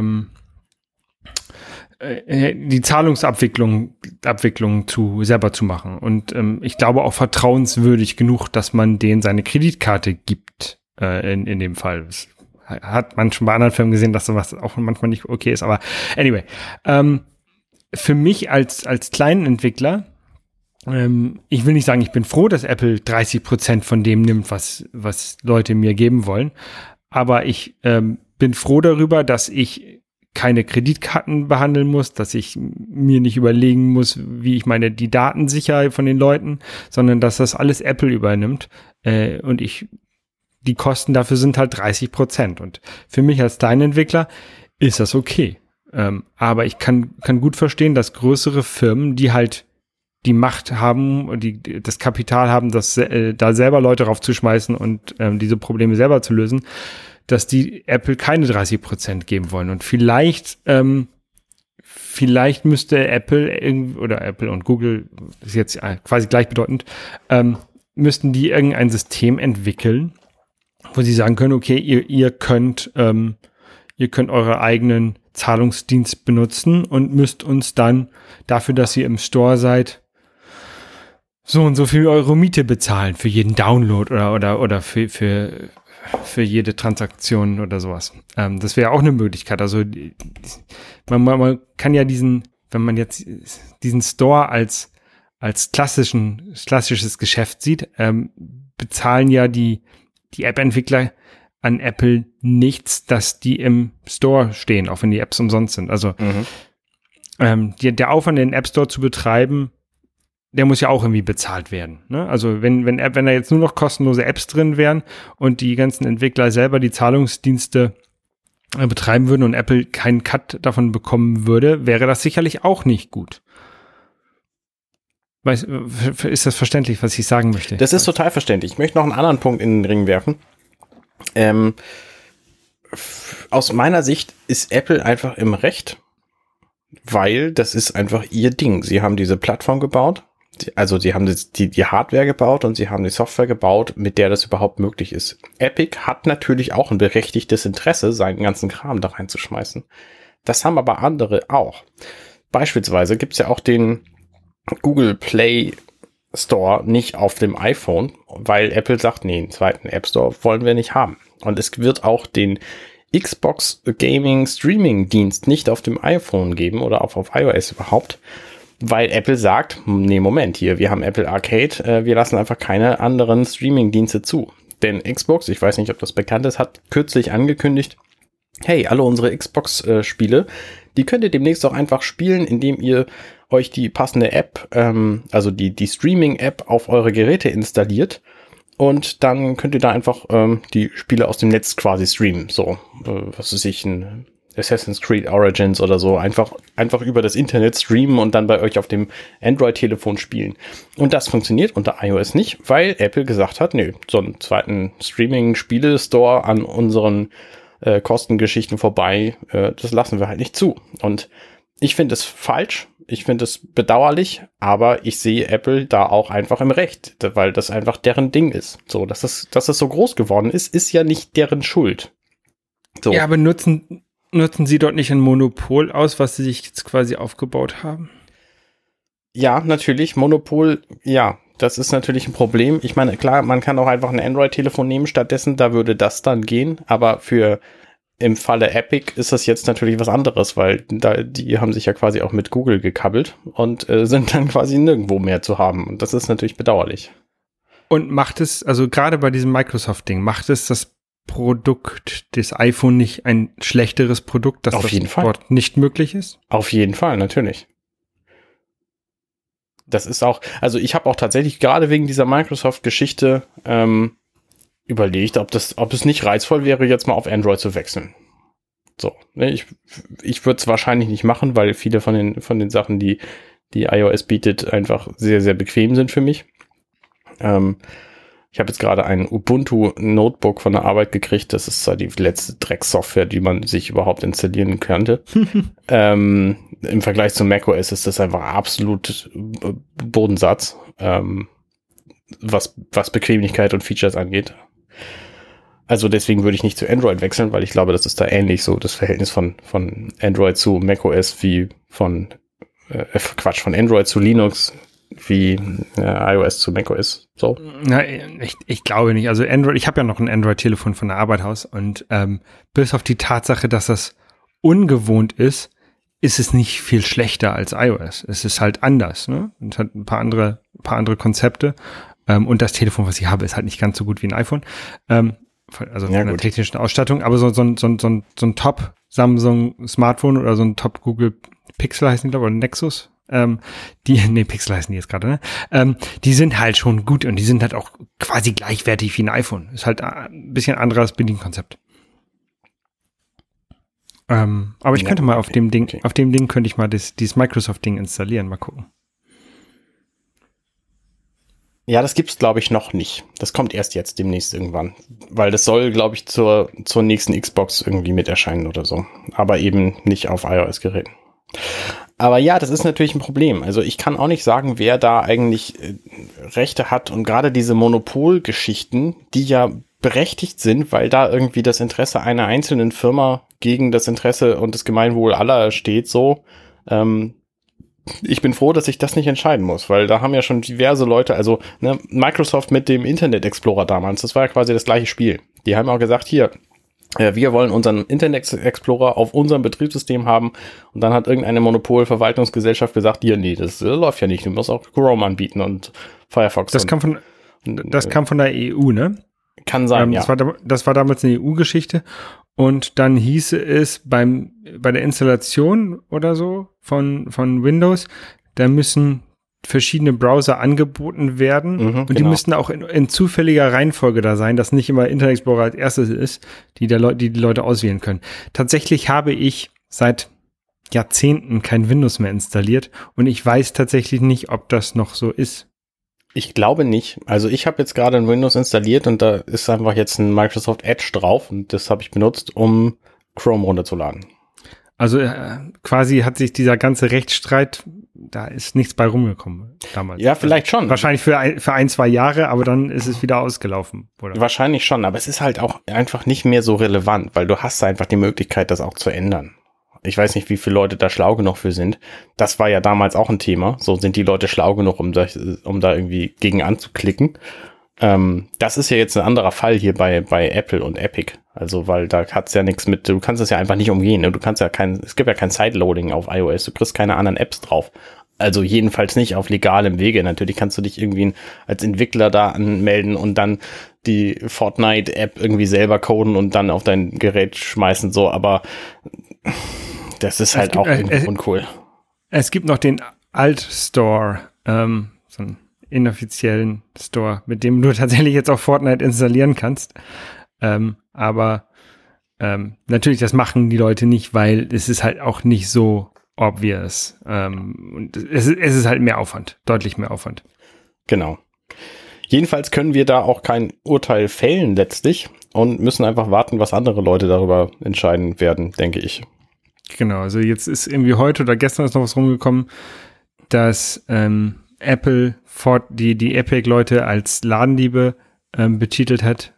Zahlungsabwicklung selber zu machen. Und ich glaube auch vertrauenswürdig genug, dass man denen seine Kreditkarte gibt, in dem Fall. Das hat man schon bei anderen Firmen gesehen, dass sowas auch manchmal nicht okay ist. Aber anyway, für mich als kleinen Entwickler, ich will nicht sagen, ich bin froh, dass Apple 30% von dem nimmt, was Leute mir geben wollen. Aber ich bin froh darüber, dass ich keine Kreditkarten behandeln muss, dass ich mir nicht überlegen muss, wie ich die Daten sichere von den Leuten, sondern dass das alles Apple übernimmt und die Kosten dafür sind halt 30%. Und für mich als Entwickler ist das okay. Aber ich kann gut verstehen, dass größere Firmen, die halt die Macht haben und das Kapital haben, da selber Leute raufzuschmeißen und diese Probleme selber zu lösen, dass die Apple keine 30% geben wollen. Und vielleicht müsste Apple oder Apple und Google, ist jetzt quasi gleichbedeutend, müssten die irgendein System entwickeln, wo sie sagen können, okay, ihr könnt eure eigenen Zahlungsdienst benutzen und müsst uns dann dafür, dass ihr im Store seid, so und so viel eure Miete bezahlen für jeden Download oder für jede Transaktion oder sowas. Das wäre auch eine Möglichkeit. Also man kann ja wenn man jetzt diesen Store als klassisches Geschäft sieht, bezahlen ja die App-Entwickler an Apple nichts, dass die im Store stehen, auch wenn die Apps umsonst sind. Also der Aufwand, den App Store zu betreiben, der muss ja auch irgendwie bezahlt werden. Ne? Also wenn da jetzt nur noch kostenlose Apps drin wären und die ganzen Entwickler selber die Zahlungsdienste betreiben würden und Apple keinen Cut davon bekommen würde, wäre das sicherlich auch nicht gut. Ist das verständlich, was ich sagen möchte? Das ist total verständlich. Ich möchte noch einen anderen Punkt in den Ring werfen. Aus meiner Sicht ist Apple einfach im Recht, weil das ist einfach ihr Ding. Sie haben diese Plattform gebaut, also sie haben die Hardware gebaut und sie haben die Software gebaut, mit der das überhaupt möglich ist. Epic hat natürlich auch ein berechtigtes Interesse, seinen ganzen Kram da reinzuschmeißen. Das haben aber andere auch. Beispielsweise gibt's ja auch den Google Play Store nicht auf dem iPhone, weil Apple sagt, nee, einen zweiten App Store wollen wir nicht haben. Und es wird auch den Xbox Gaming Streaming Dienst nicht auf dem iPhone geben oder auf iOS überhaupt, weil Apple sagt, nee, Moment hier, wir haben Apple Arcade, wir lassen einfach keine anderen Streaming-Dienste zu. Denn Xbox, ich weiß nicht, ob das bekannt ist, hat kürzlich angekündigt, hey, alle unsere Xbox-Spiele, die könnt ihr demnächst auch einfach spielen, indem ihr euch die passende App, also die Streaming-App auf eure Geräte installiert und dann könnt ihr da einfach die Spiele aus dem Netz quasi streamen. So, was weiß ich, ein Assassin's Creed Origins oder so, einfach über das Internet streamen und dann bei euch auf dem Android-Telefon spielen. Und das funktioniert unter iOS nicht, weil Apple gesagt hat, nö, so einen zweiten Streaming-Spiele-Store an unseren Kostengeschichten vorbei, das lassen wir halt nicht zu. Und ich finde es falsch, ich finde es bedauerlich, aber ich sehe Apple da auch einfach im Recht, weil das einfach deren Ding ist. So, dass es so groß geworden ist ja nicht deren Schuld. So. Ja, aber nutzen Sie dort nicht ein Monopol aus, was Sie sich jetzt quasi aufgebaut haben? Ja, natürlich, Monopol, ja, das ist natürlich ein Problem. Ich meine, klar, man kann auch einfach ein Android-Telefon nehmen stattdessen, da würde das dann gehen, aber im Falle Epic ist das jetzt natürlich was anderes, weil die haben sich ja quasi auch mit Google gekabbelt und sind dann quasi nirgendwo mehr zu haben. Und das ist natürlich bedauerlich. Und macht es, also gerade bei diesem Microsoft-Ding, macht es das Produkt des iPhone nicht ein schlechteres Produkt, dass auf jeden Fall dort nicht möglich ist? Auf jeden Fall, natürlich. Das ist auch, also ich habe auch tatsächlich gerade wegen dieser Microsoft-Geschichte überlegt, ob es nicht reizvoll wäre, jetzt mal auf Android zu wechseln. So, ne, ich würde es wahrscheinlich nicht machen, weil viele von den Sachen, die iOS bietet, einfach sehr, sehr bequem sind für mich. Ich habe jetzt gerade ein Ubuntu-Notebook von der Arbeit gekriegt. Das ist zwar die letzte Drecksoftware, die man sich überhaupt installieren könnte. Im Vergleich zu macOS ist das einfach absolut Bodensatz, was Bequemlichkeit und Features angeht. Also deswegen würde ich nicht zu Android wechseln, weil ich glaube, das ist da ähnlich so das Verhältnis von Android zu macOS wie von Android zu Linux wie iOS zu macOS. So. Na, ich glaube nicht. Also Android, ich habe ja noch ein Android-Telefon von der Arbeit aus und bis auf die Tatsache, dass das ungewohnt ist es nicht viel schlechter als iOS. Es ist halt anders, ne? Und hat ein paar andere Konzepte. Und das Telefon, was ich habe, ist halt nicht ganz so gut wie ein iPhone. Also ja, von der technischen Ausstattung, aber so ein Top Samsung Smartphone oder so ein Top Google Pixel heißen die, glaube ich, oder Nexus. Pixel heißen die jetzt gerade, ne? Die sind halt schon gut und die sind halt auch quasi gleichwertig wie ein iPhone. Ist halt ein bisschen anderes Bedienkonzept. Aber ich könnte mal auf dem Ding könnte ich mal dieses Microsoft-Ding installieren, mal gucken. Ja, das gibt's, glaube ich, noch nicht. Das kommt erst jetzt demnächst irgendwann. Weil das soll, glaube ich, zur nächsten Xbox irgendwie mit erscheinen oder so. Aber eben nicht auf iOS-Geräten. Aber ja, das ist natürlich ein Problem. Also ich kann auch nicht sagen, wer da eigentlich Rechte hat. Und gerade diese Monopolgeschichten, die ja berechtigt sind, weil da irgendwie das Interesse einer einzelnen Firma gegen das Interesse und das Gemeinwohl aller steht so. Ich bin froh, dass ich das nicht entscheiden muss, weil da haben ja schon diverse Leute, also ne, Microsoft mit dem Internet Explorer damals, das war ja quasi das gleiche Spiel. Die haben auch gesagt, hier, wir wollen unseren Internet Explorer auf unserem Betriebssystem haben und dann hat irgendeine Monopolverwaltungsgesellschaft gesagt, hier, nee, das läuft ja nicht, du musst auch Chrome anbieten und Firefox. Das kam von der EU, ne? Kann sein, ja. Das war damals eine EU-Geschichte und dann hieße es bei der Installation oder so von Windows, da müssen verschiedene Browser angeboten werden und die müssten auch in zufälliger Reihenfolge da sein, dass nicht immer Internet Explorer als erstes ist, die Leute auswählen können. Tatsächlich habe ich seit Jahrzehnten kein Windows mehr installiert und ich weiß tatsächlich nicht, ob das noch so ist. Ich glaube nicht. Also ich habe jetzt gerade ein Windows installiert und da ist einfach jetzt ein Microsoft Edge drauf und das habe ich benutzt, um Chrome runterzuladen. Also quasi hat sich dieser ganze Rechtsstreit, da ist nichts bei rumgekommen damals. Ja, vielleicht schon. Wahrscheinlich für 1-2 Jahre, aber dann ist es wieder ausgelaufen, oder? Wahrscheinlich schon, aber es ist halt auch einfach nicht mehr so relevant, weil du hast einfach die Möglichkeit, das auch zu ändern. Ich weiß nicht, wie viele Leute da schlau genug für sind. Das war ja damals auch ein Thema. So sind die Leute schlau genug, um da irgendwie gegen anzuklicken. Das ist ja jetzt ein anderer Fall hier bei Apple und Epic. Also, weil da hat's ja nichts mit, du kannst es ja einfach nicht umgehen. Ne? Es gibt ja kein Sideloading auf iOS. Du kriegst keine anderen Apps drauf. Also jedenfalls nicht auf legalem Wege. Natürlich kannst du dich irgendwie als Entwickler da anmelden und dann die Fortnite-App irgendwie selber coden und dann auf dein Gerät schmeißen, so, aber das ist halt auch irgendwie uncool. Es gibt noch den Alt-Store, so einen inoffiziellen Store, mit dem du tatsächlich jetzt auch Fortnite installieren kannst. Aber natürlich, das machen die Leute nicht, weil es ist halt auch nicht so obvious. Und es ist halt mehr Aufwand, deutlich mehr Aufwand. Genau. Jedenfalls können wir da auch kein Urteil fällen letztlich und müssen einfach warten, was andere Leute darüber entscheiden werden, denke ich. Genau, also jetzt ist irgendwie heute oder gestern ist noch was rumgekommen, dass Apple die Epic-Leute als Ladendiebe betitelt hat.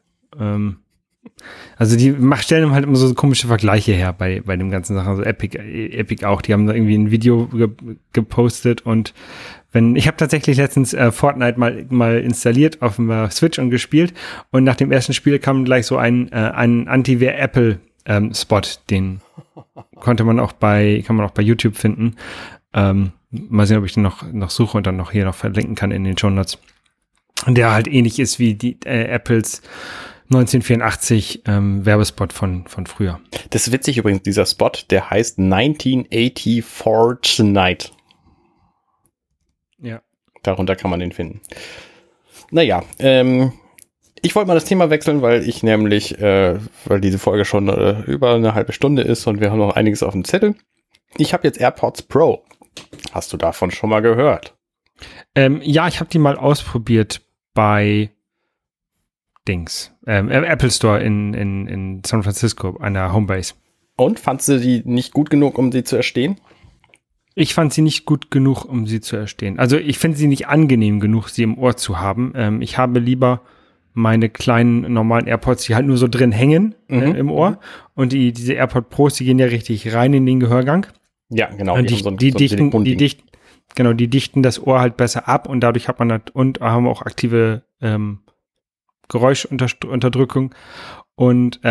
Also die stellen halt immer so komische Vergleiche her bei dem ganzen Sachen. Also Epic auch, die haben da irgendwie ein Video gepostet und ich habe tatsächlich letztens Fortnite mal installiert auf dem Switch und gespielt und nach dem ersten Spiel kam gleich so ein Anti-Wer-Apple-Spot, den kann man auch bei YouTube finden. Mal sehen, ob ich den noch suche und dann noch hier noch verlinken kann in den Shownotes. Und der halt ähnlich ist wie die Apples 1984 Werbespot von früher. Das ist witzig übrigens, dieser Spot, der heißt 1980 Fortnite. Ja. Darunter kann man den finden. Naja, ich wollte mal das Thema wechseln, weil ich nämlich, weil diese Folge schon über eine halbe Stunde ist und wir haben noch einiges auf dem Zettel. Ich habe jetzt AirPods Pro. Hast du davon schon mal gehört? Ja, ich habe die mal ausprobiert bei Apple Store in San Francisco, an der Homebase. Und, fandst du die nicht gut genug, um sie zu erstehen? Ich fand sie nicht gut genug, um sie zu erstehen. Also ich finde sie nicht angenehm genug, sie im Ohr zu haben. Ich habe lieber meine kleinen normalen AirPods, die halt nur so drin hängen im Ohr. Und diese AirPod Pros, die gehen ja richtig rein in den Gehörgang. Ja, genau. Und die dichten das Ohr halt besser ab und dadurch hat man haben auch aktive Geräuschunterdrückung. Und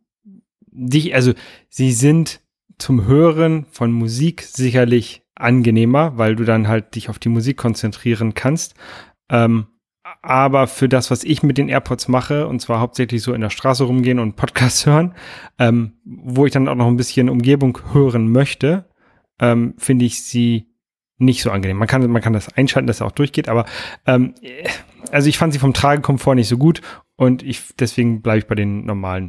sie sind zum Hören von Musik sicherlich angenehmer, weil du dann halt dich auf die Musik konzentrieren kannst. Aber für das, was ich mit den AirPods mache, und zwar hauptsächlich so in der Straße rumgehen und Podcasts hören, wo ich dann auch noch ein bisschen Umgebung hören möchte, finde ich sie nicht so angenehm. Man kann das einschalten, dass es auch durchgeht, aber also ich fand sie vom Tragekomfort nicht so gut und deswegen bleibe ich bei den normalen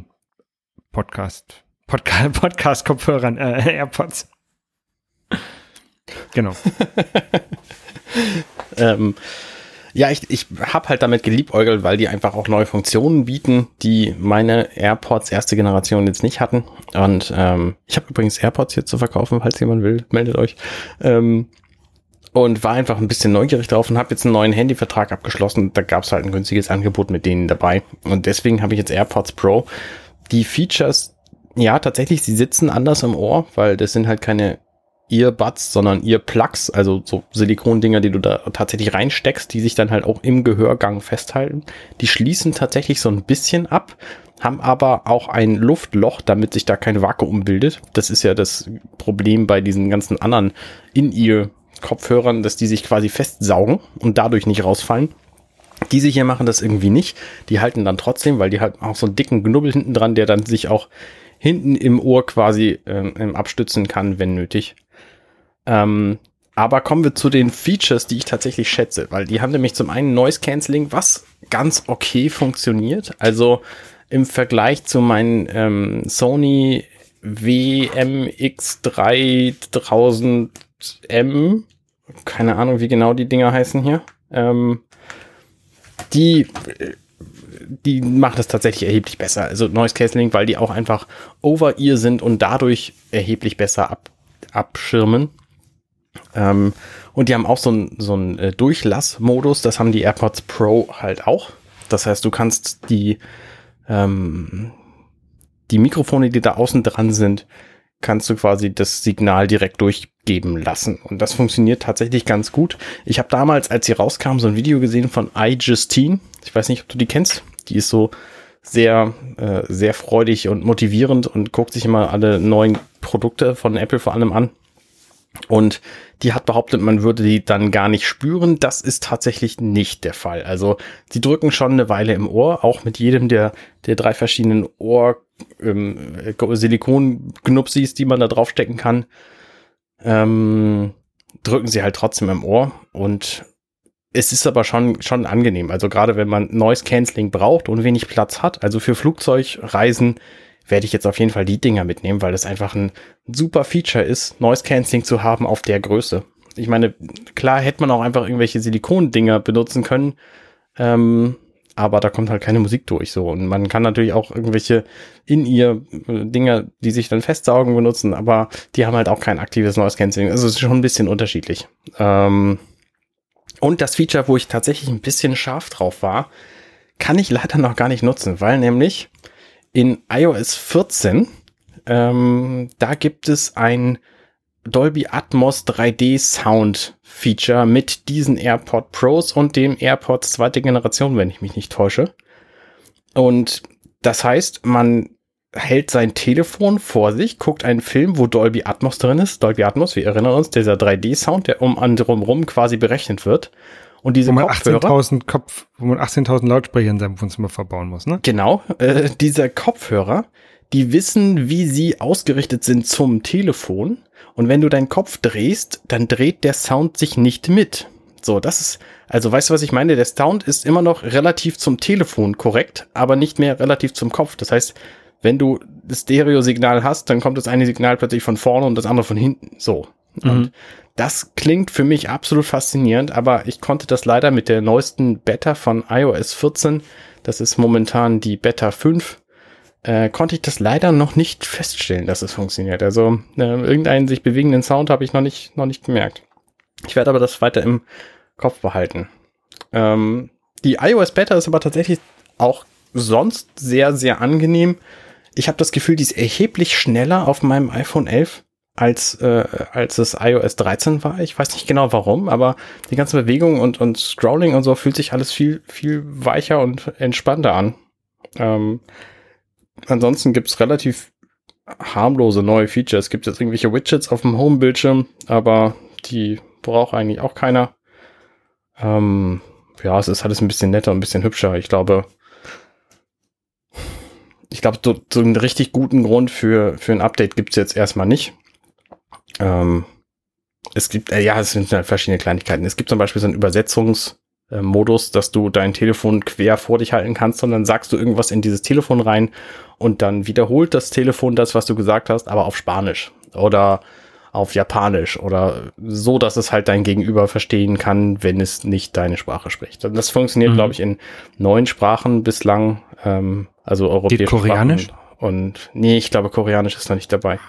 Podcast-Kopfhörern, AirPods. Genau. Ja, ich habe halt damit geliebäugelt, weil die einfach auch neue Funktionen bieten, die meine AirPods erste Generation jetzt nicht hatten. Und ich habe übrigens AirPods hier zu verkaufen, falls jemand will, meldet euch. Und war einfach ein bisschen neugierig drauf und habe jetzt einen neuen Handyvertrag abgeschlossen. Da gab es halt ein günstiges Angebot mit denen dabei. Und deswegen habe ich jetzt AirPods Pro. Die Features, ja, tatsächlich, sie sitzen anders im Ohr, weil das sind halt keine Earbuds, sondern Earplugs, also so Silikondinger, die du da tatsächlich reinsteckst, die sich dann halt auch im Gehörgang festhalten. Die schließen tatsächlich so ein bisschen ab, haben aber auch ein Luftloch, damit sich da kein Vakuum bildet. Das ist ja das Problem bei diesen ganzen anderen In-Ear-Kopfhörern, dass die sich quasi festsaugen und dadurch nicht rausfallen. Diese hier machen das irgendwie nicht. Die halten dann trotzdem, weil die halt auch so einen dicken Knubbel hinten dran, der dann sich auch hinten im Ohr quasi abstützen kann, wenn nötig. Aber kommen wir zu den Features, die ich tatsächlich schätze, weil die haben nämlich zum einen Noise Cancelling, was ganz okay funktioniert. Also im Vergleich zu meinen Sony WMX3000M, keine Ahnung, wie genau die Dinger heißen hier, die macht es tatsächlich erheblich besser. Also Noise Cancelling, weil die auch einfach Over-Ear sind und dadurch erheblich besser abschirmen. Und die haben auch so einen Durchlassmodus, das haben die AirPods Pro halt auch. Das heißt, du kannst die Mikrofone, die da außen dran sind, kannst du quasi das Signal direkt durchgeben lassen. Und das funktioniert tatsächlich ganz gut. Ich habe damals, als sie rauskam, so ein Video gesehen von iJustine. Ich weiß nicht, ob du die kennst. Die ist so sehr, sehr freudig und motivierend und guckt sich immer alle neuen Produkte von Apple vor allem an. Und die hat behauptet, man würde die dann gar nicht spüren. Das ist tatsächlich nicht der Fall. Also sie drücken schon eine Weile im Ohr, auch mit jedem der 3 verschiedenen Silikon-Knupsis, die man da draufstecken kann, drücken sie halt trotzdem im Ohr. Und es ist aber schon angenehm. Also gerade wenn man Noise Cancelling braucht und wenig Platz hat, also für Flugzeugreisen, werde ich jetzt auf jeden Fall die Dinger mitnehmen, weil das einfach ein super Feature ist, Noise Cancelling zu haben auf der Größe. Ich meine, klar hätte man auch einfach irgendwelche Silikon-Dinger benutzen können, aber da kommt halt keine Musik durch so. Und man kann natürlich auch irgendwelche In-Ear-Dinger, die sich dann festsaugen, benutzen, aber die haben halt auch kein aktives Noise Cancelling. Also es ist schon ein bisschen unterschiedlich. Und das Feature, wo ich tatsächlich ein bisschen scharf drauf war, kann ich leider noch gar nicht nutzen, weil nämlich in iOS 14, da gibt es ein Dolby Atmos 3D Sound Feature mit diesen AirPod Pros und dem AirPods 2. Generation, wenn ich mich nicht täusche. Und das heißt, man hält sein Telefon vor sich, guckt einen Film, wo Dolby Atmos drin ist. Dolby Atmos, wir erinnern uns, dieser 3D Sound, der drumherum quasi berechnet wird. Und diese Kopfhörer, wo man 18.000 Lautsprecher in seinem Wohnzimmer verbauen muss, ne? Genau, diese Kopfhörer, die wissen, wie sie ausgerichtet sind zum Telefon. Und wenn du deinen Kopf drehst, dann dreht der Sound sich nicht mit. So, das ist, also weißt du, was ich meine? Der Sound ist immer noch relativ zum Telefon korrekt, aber nicht mehr relativ zum Kopf. Das heißt, wenn du das Stereo-Signal hast, dann kommt das eine Signal plötzlich von vorne und das andere von hinten. So. Und das klingt für mich absolut faszinierend, aber ich konnte das leider mit der neuesten Beta von iOS 14, das ist momentan die Beta 5, konnte ich das leider noch nicht feststellen, dass es funktioniert. Also irgendeinen sich bewegenden Sound habe ich noch nicht gemerkt. Ich werde aber das weiter im Kopf behalten. Die iOS Beta ist aber tatsächlich auch sonst sehr, sehr angenehm. Ich habe das Gefühl, die ist erheblich schneller auf meinem iPhone 11 als es iOS 13 war. Ich weiß nicht genau warum, aber die ganze Bewegung und Scrolling und so fühlt sich alles viel, viel weicher und entspannter an. Ansonsten gibt es relativ harmlose neue Features. Es gibt jetzt irgendwelche Widgets auf dem Home-Bildschirm, aber die braucht eigentlich auch keiner. Ja, es ist alles ein bisschen netter und ein bisschen hübscher. Ich glaube, so einen richtig guten Grund für ein Update gibt es jetzt erstmal nicht. Es gibt, es sind halt verschiedene Kleinigkeiten. Es gibt zum Beispiel so einen Übersetzungsmodus, dass du dein Telefon quer vor dich halten kannst und dann sagst du irgendwas in dieses Telefon rein und dann wiederholt das Telefon das, was du gesagt hast, aber auf Spanisch oder auf Japanisch oder so, dass es halt dein Gegenüber verstehen kann, wenn es nicht deine Sprache spricht. Und das funktioniert, glaube ich, in 9 Sprachen bislang, also europäische Geht Koreanisch? Sprachen. Und nee, ich glaube, Koreanisch ist noch nicht dabei.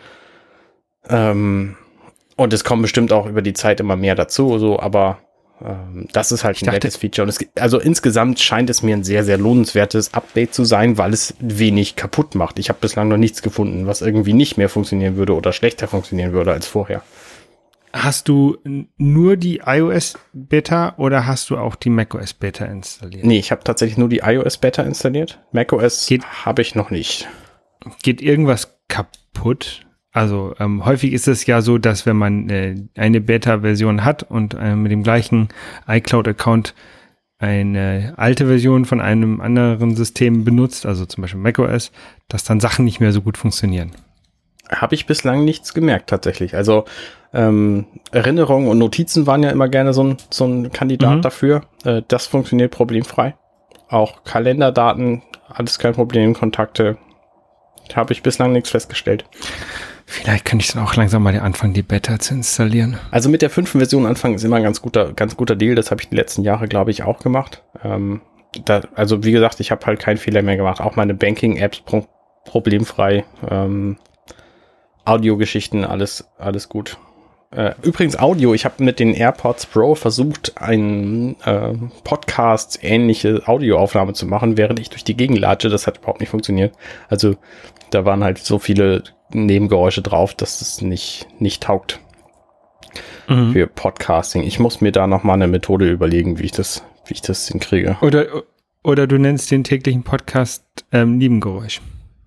Und es kommen bestimmt auch über die Zeit immer mehr dazu, so, aber das ist halt ein nettes Feature. Und also insgesamt scheint es mir ein sehr, sehr lohnenswertes Update zu sein, weil es wenig kaputt macht. Ich habe bislang noch nichts gefunden, was irgendwie nicht mehr funktionieren würde oder schlechter funktionieren würde als vorher. Hast du nur die iOS-Beta oder hast du auch die macOS-Beta installiert? Nee, ich habe tatsächlich nur die iOS-Beta installiert. macOS habe ich noch nicht. Geht irgendwas kaputt? Also häufig ist es ja so, dass wenn man eine Beta-Version hat und mit dem gleichen iCloud-Account eine alte Version von einem anderen System benutzt, also zum Beispiel macOS, dass dann Sachen nicht mehr so gut funktionieren. Habe ich bislang nichts gemerkt tatsächlich. Also Erinnerungen und Notizen waren ja immer gerne so ein Kandidat dafür. Das funktioniert problemfrei. Auch Kalenderdaten, alles kein Problem, Kontakte. Habe ich bislang nichts festgestellt. Vielleicht könnte ich dann auch langsam mal anfangen, die Beta zu installieren. Also mit der 5. Version anfangen ist immer ein ganz guter Deal. Das habe ich die letzten Jahre, glaube ich, auch gemacht. Also wie gesagt, ich habe halt keinen Fehler mehr gemacht. Auch meine Banking-Apps problemfrei. Audiogeschichten, alles gut. Übrigens Audio, ich habe mit den AirPods Pro versucht, eine Podcast-ähnliche Audioaufnahme zu machen, während ich durch die Gegend latsche. Das hat überhaupt nicht funktioniert. Also da waren halt so viele Nebengeräusche drauf, dass es nicht taugt für Podcasting. Ich muss mir da nochmal eine Methode überlegen, wie ich das hinkriege. Oder du nennst den täglichen Podcast Nebengeräusch.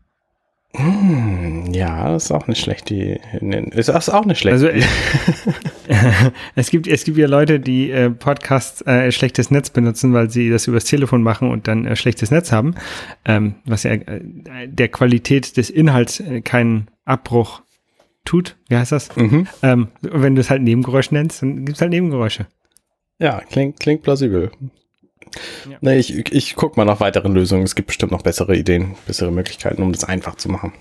Ja, das ist auch eine schlechte Idee. Also es gibt ja Leute, die Podcasts schlechtes Netz benutzen, weil sie das übers Telefon machen und dann schlechtes Netz haben, was ja der Qualität des Inhalts keinen Abbruch tut. Wie heißt das? Wenn du es halt Nebengeräusch nennst, dann gibt es halt Nebengeräusche. Ja, klingt plausibel. Ja. Nee, ich gucke mal nach weiteren Lösungen. Es gibt bestimmt noch bessere Ideen, bessere Möglichkeiten, um das einfach zu machen.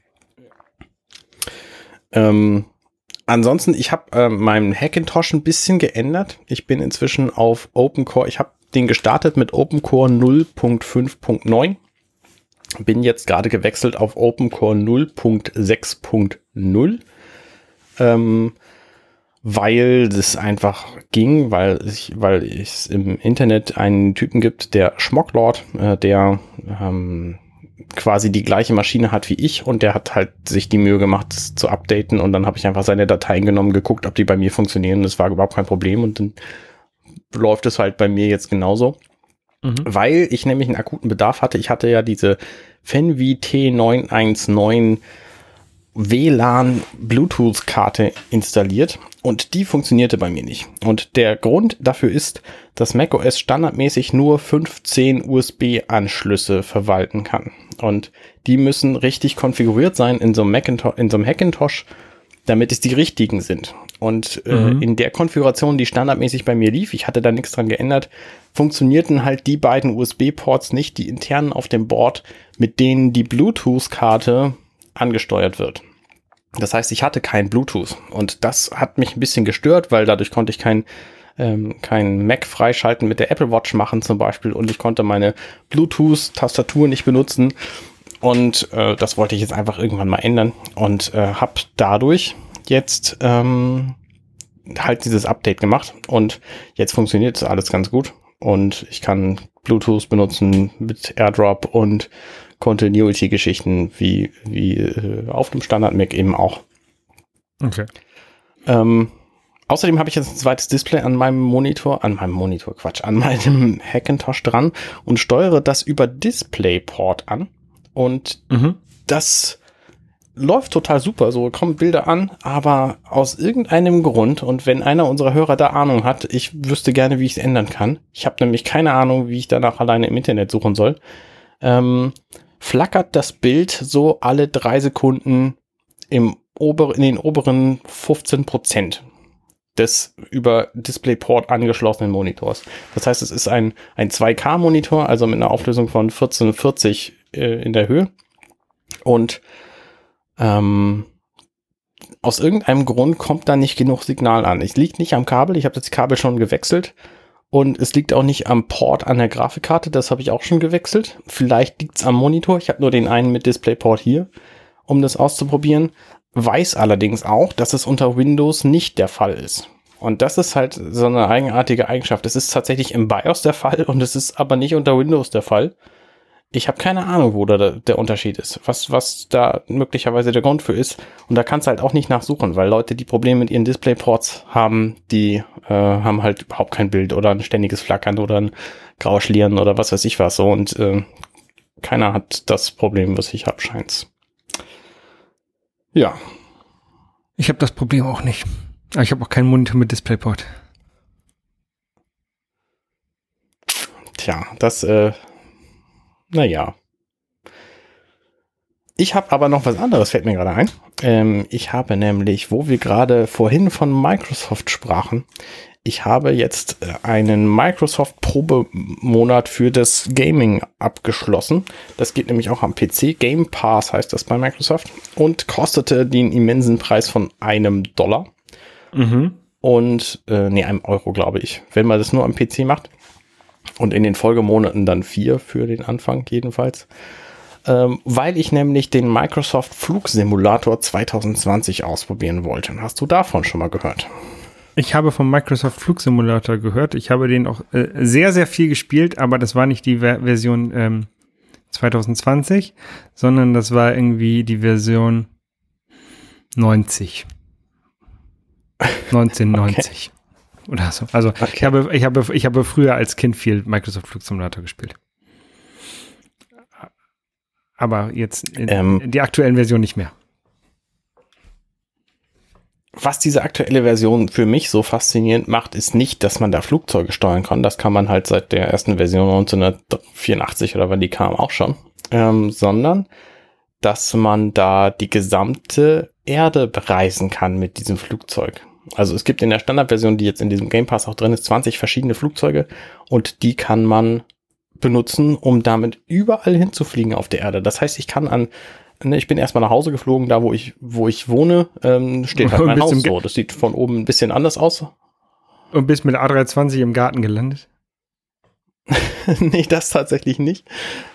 Ansonsten, ich habe meinen Hackintosh ein bisschen geändert. Ich bin inzwischen auf OpenCore. Ich habe den gestartet mit OpenCore 0.5.9. Bin jetzt gerade gewechselt auf OpenCore 0.6.0. Weil das einfach ging, weil es im Internet einen Typen gibt, der Schmocklord, der quasi die gleiche Maschine hat wie ich und der hat halt sich die Mühe gemacht, das zu updaten und dann habe ich einfach seine Dateien genommen, geguckt, ob die bei mir funktionieren. Das war überhaupt kein Problem und dann läuft es halt bei mir jetzt genauso. Weil ich nämlich einen akuten Bedarf hatte. Ich hatte ja diese Fenvi T919 WLAN-Bluetooth-Karte installiert und die funktionierte bei mir nicht. Und der Grund dafür ist, dass macOS standardmäßig nur 15 USB-Anschlüsse verwalten kann. Und die müssen richtig konfiguriert sein in so einem Hackintosh, damit es die richtigen sind. Und in der Konfiguration, die standardmäßig bei mir lief, ich hatte da nichts dran geändert, funktionierten halt die beiden USB-Ports nicht, die internen auf dem Board, mit denen die Bluetooth-Karte angesteuert wird. Das heißt, ich hatte kein Bluetooth und das hat mich ein bisschen gestört, weil dadurch konnte ich kein Mac freischalten mit der Apple Watch machen zum Beispiel und ich konnte meine Bluetooth-Tastatur nicht benutzen und das wollte ich jetzt einfach irgendwann mal ändern und habe dadurch jetzt halt dieses Update gemacht und jetzt funktioniert alles ganz gut und ich kann Bluetooth benutzen mit AirDrop und Continuity-Geschichten wie auf dem Standard-Mac eben auch. Okay. Außerdem habe ich jetzt ein zweites Display an meinem Hackintosh dran und steuere das über DisplayPort an und das läuft total super, so kommen Bilder an, aber aus irgendeinem Grund und wenn einer unserer Hörer da Ahnung hat, ich wüsste gerne, wie ich es ändern kann. Ich habe nämlich keine Ahnung, wie ich danach alleine im Internet suchen soll. Flackert das Bild so alle 3 Sekunden in den oberen 15% des über DisplayPort angeschlossenen Monitors. Das heißt, es ist ein 2K-Monitor, also mit einer Auflösung von 1440 in der Höhe. Und aus irgendeinem Grund kommt da nicht genug Signal an. Es liegt nicht am Kabel, ich habe das Kabel schon gewechselt. Und es liegt auch nicht am Port an der Grafikkarte, das habe ich auch schon gewechselt. Vielleicht liegt es am Monitor, ich habe nur den einen mit DisplayPort hier, um das auszuprobieren. Weiß allerdings auch, dass es unter Windows nicht der Fall ist. Und das ist halt so eine eigenartige Eigenschaft. Es ist tatsächlich im BIOS der Fall und es ist aber nicht unter Windows der Fall. Ich habe keine Ahnung, wo da der Unterschied ist, was da möglicherweise der Grund für ist. Und da kannst du halt auch nicht nachsuchen, weil Leute, die Probleme mit ihren DisplayPorts haben, die haben halt überhaupt kein Bild oder ein ständiges Flackern oder ein Grauschlieren oder was weiß ich was so. Und keiner hat das Problem, was ich habe, scheint's. Ja. Ich habe das Problem auch nicht. Aber ich habe auch keinen Monitor mit DisplayPort. Tja, das, naja. Ich habe aber noch was anderes, fällt mir gerade ein. Ich habe nämlich, wo wir gerade vorhin von Microsoft sprachen, ich habe jetzt einen Microsoft-Probemonat für das Gaming abgeschlossen. Das geht nämlich auch am PC. Game Pass heißt das bei Microsoft und kostete den immensen Preis von $1. Mhm. Und, einem Euro, glaube ich, wenn man das nur am PC macht. Und in den Folgemonaten dann 4 für den Anfang jedenfalls. Weil ich nämlich den Microsoft Flugsimulator 2020 ausprobieren wollte. Hast du davon schon mal gehört? Ich habe vom Microsoft Flugsimulator gehört. Ich habe den auch sehr, sehr viel gespielt, aber das war nicht die Version 2020, sondern das war irgendwie die Version 1990 oder so. Also okay. Ich habe früher als Kind viel Microsoft Flugsimulator gespielt. Aber jetzt in die aktuellen Version nicht mehr. Was diese aktuelle Version für mich so faszinierend macht, ist nicht, dass man da Flugzeuge steuern kann. Das kann man halt seit der ersten Version 1984 oder wann die kam auch schon. Sondern, dass man da die gesamte Erde bereisen kann mit diesem Flugzeug. Also es gibt in der Standardversion, die jetzt in diesem Game Pass auch drin ist, 20 verschiedene Flugzeuge und die kann man benutzen, um damit überall hinzufliegen auf der Erde. Das heißt, ich bin erstmal nach Hause geflogen, da wo ich wohne, steht halt mein Haus so. Das sieht von oben ein bisschen anders aus. Und bist mit der A320 im Garten gelandet? Nee, das tatsächlich nicht.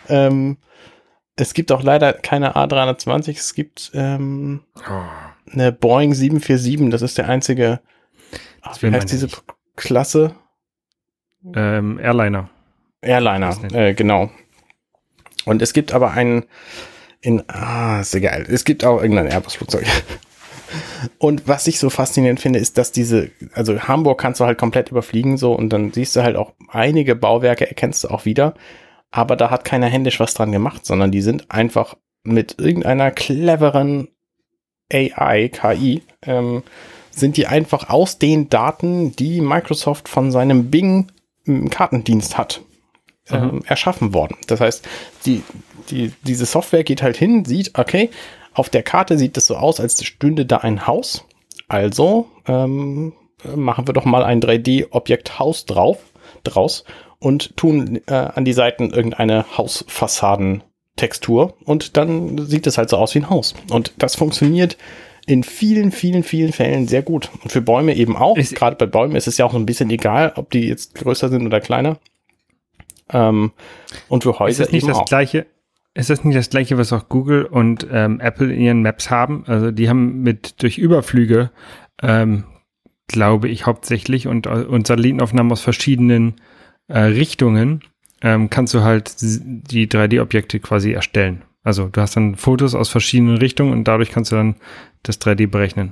Es gibt auch leider keine A320, es gibt eine Boeing 747, das ist der einzige, wie heißt diese Klasse? Airliner, genau. Und es gibt aber einen ist egal. Es gibt auch irgendein Airbus-Flugzeug. Und was ich so faszinierend finde, ist, dass also Hamburg kannst du halt komplett überfliegen so und dann siehst du halt auch einige Bauwerke, erkennst du auch wieder, aber da hat keiner händisch was dran gemacht, sondern die sind einfach mit irgendeiner cleveren AI, KI, sind die einfach aus den Daten, die Microsoft von seinem Bing Kartendienst hat, erschaffen worden. Das heißt, diese Software geht halt hin, sieht, okay, auf der Karte sieht es so aus, als stünde da ein Haus. Also machen wir doch mal ein 3D-Objekt Haus draus und tun an die Seiten irgendeine Hausfassadentextur und dann sieht es halt so aus wie ein Haus. Und das funktioniert in vielen, vielen, vielen Fällen sehr gut. Und für Bäume eben auch. Gerade bei Bäumen ist es ja auch so ein bisschen egal, ob die jetzt größer sind oder kleiner. Und für Häuser eben auch. Ist das nicht das Gleiche, was auch Google und Apple in ihren Maps haben? Also die haben durch Überflüge, glaube ich, hauptsächlich und Satellitenaufnahmen aus verschiedenen Richtungen, kannst du halt die 3D-Objekte quasi erstellen. Also du hast dann Fotos aus verschiedenen Richtungen und dadurch kannst du dann das 3D berechnen.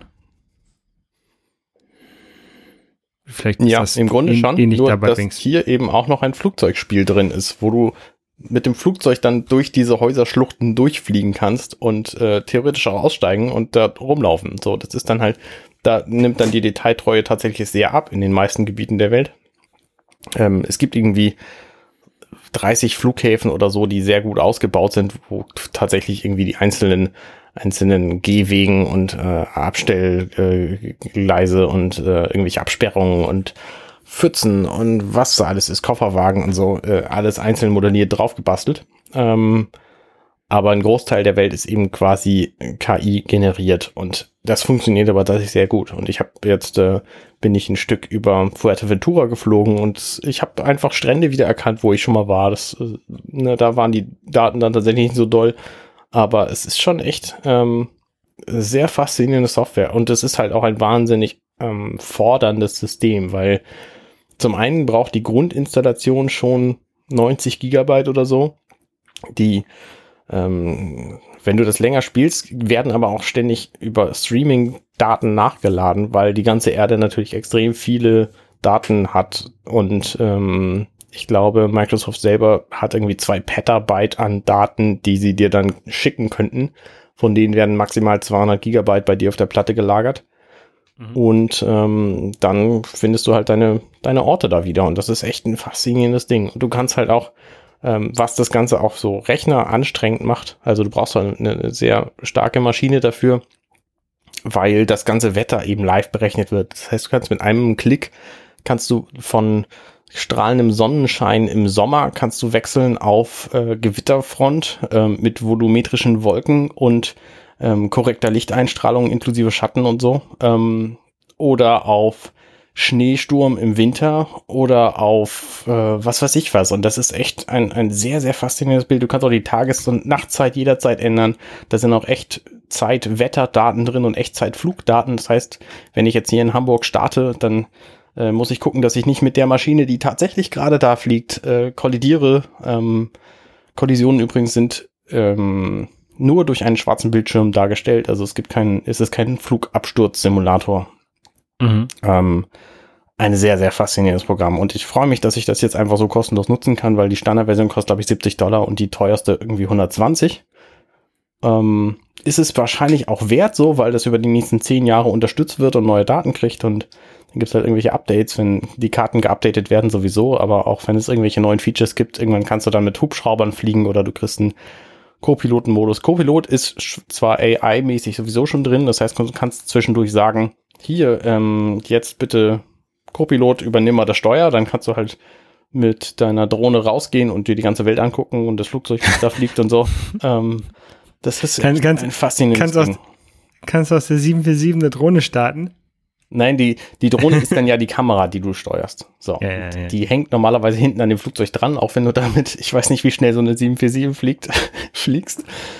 Vielleicht ist das im Grunde schon, nur dabei dass hier eben auch noch ein Flugzeugspiel drin ist, wo du mit dem Flugzeug dann durch diese Häuserschluchten durchfliegen kannst und theoretisch auch aussteigen und da rumlaufen. So, das ist dann halt, da nimmt dann die Detailtreue tatsächlich sehr ab in den meisten Gebieten der Welt. Es gibt irgendwie 30 Flughäfen oder so, die sehr gut ausgebaut sind, wo tatsächlich irgendwie die einzelnen Gehwegen und Abstellgleise und irgendwelche Absperrungen und Pfützen und was da alles ist, Kofferwagen und so, alles einzeln modelliert draufgebastelt. Aber ein Großteil der Welt ist eben quasi KI generiert und das funktioniert aber tatsächlich sehr gut. Und ich habe jetzt, bin ich ein Stück über Fuerteventura geflogen und ich habe einfach Strände wiedererkannt, wo ich schon mal war. Da waren die Daten dann tatsächlich nicht so doll. Aber es ist schon echt sehr faszinierende Software. Und es ist halt auch ein wahnsinnig forderndes System, weil zum einen braucht die Grundinstallation schon 90 Gigabyte oder so. Die, wenn du das länger spielst, werden aber auch ständig über Streaming-Daten nachgeladen, weil die ganze Erde natürlich extrem viele Daten hat. Und ich glaube, Microsoft selber hat irgendwie 2 Petabyte an Daten, die sie dir dann schicken könnten. Von denen werden maximal 200 Gigabyte bei dir auf der Platte gelagert. Und dann findest du halt deine Orte da wieder. Und das ist echt ein faszinierendes Ding. Und du kannst halt auch, was das Ganze auch so rechneranstrengend macht, also du brauchst halt eine sehr starke Maschine dafür, weil das ganze Wetter eben live berechnet wird. Das heißt, du kannst mit einem Klick, kannst du von strahlendem Sonnenschein im Sommer, kannst du wechseln auf Gewitterfront mit volumetrischen Wolken und korrekter Lichteinstrahlung inklusive Schatten und so, oder auf Schneesturm im Winter oder auf was weiß ich was. Und das ist echt ein sehr, sehr faszinierendes Bild. Du kannst auch die Tages- und Nachtzeit jederzeit ändern. Da sind auch Echtzeit-Wetterdaten drin und Echtzeit-Flugdaten. Das heißt, wenn ich jetzt hier in Hamburg starte, dann muss ich gucken, dass ich nicht mit der Maschine, die tatsächlich gerade da fliegt, kollidiere. Kollisionen übrigens sind nur durch einen schwarzen Bildschirm dargestellt. Also es ist kein Flugabsturzsimulator. Ein sehr, sehr faszinierendes Programm. Und ich freue mich, dass ich das jetzt einfach so kostenlos nutzen kann, weil die Standardversion kostet, glaube ich, $70 und die teuerste irgendwie 120. Ist es wahrscheinlich auch wert so, weil das über die nächsten 10 Jahre unterstützt wird und neue Daten kriegt. Und dann gibt es halt irgendwelche Updates, wenn die Karten geupdatet werden sowieso. Aber auch wenn es irgendwelche neuen Features gibt, irgendwann kannst du dann mit Hubschraubern fliegen oder du kriegst einen Co-Piloten-Modus. Co-Pilot ist zwar AI-mäßig sowieso schon drin, das heißt, du kannst zwischendurch sagen, hier, jetzt bitte Co-Pilot, übernimm mal das Steuer, dann kannst du halt mit deiner Drohne rausgehen und dir die ganze Welt angucken und das Flugzeug, das da fliegt und so. Das ist ein faszinierendes Ding. Kannst du aus der 747 eine Drohne starten? Nein, die Drohne ist dann ja die Kamera, die du steuerst. So, ja. Die hängt normalerweise hinten an dem Flugzeug dran, auch wenn du damit, ich weiß nicht, wie schnell so eine 747 fliegst.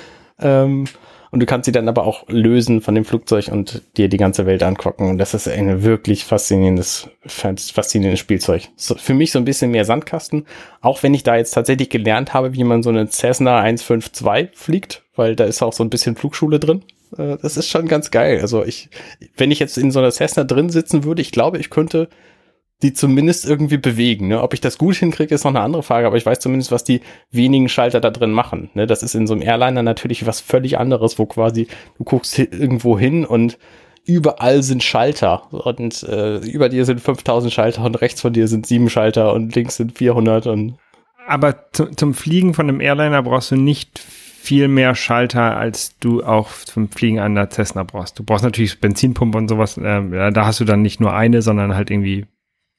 Und du kannst sie dann aber auch lösen von dem Flugzeug und dir die ganze Welt angucken. Und das ist ein wirklich faszinierendes Spielzeug. So, für mich so ein bisschen mehr Sandkasten, auch wenn ich da jetzt tatsächlich gelernt habe, wie man so eine Cessna 152 fliegt, weil da ist auch so ein bisschen Flugschule drin. Das ist schon ganz geil. Also wenn ich jetzt in so einer Cessna drin sitzen würde, ich glaube, ich könnte die zumindest irgendwie bewegen. Ne? Ob ich das gut hinkriege, ist noch eine andere Frage, aber ich weiß zumindest, was die wenigen Schalter da drin machen. Ne? Das ist in so einem Airliner natürlich was völlig anderes, wo quasi du guckst irgendwo hin und überall sind Schalter und über dir sind 5000 Schalter und rechts von dir sind 7 Schalter und links sind 400. Aber zum Fliegen von einem Airliner brauchst du nicht viel mehr Schalter, als du auch zum Fliegen an der Cessna brauchst. Du brauchst natürlich Benzinpumpe und sowas. Da hast du dann nicht nur eine, sondern halt irgendwie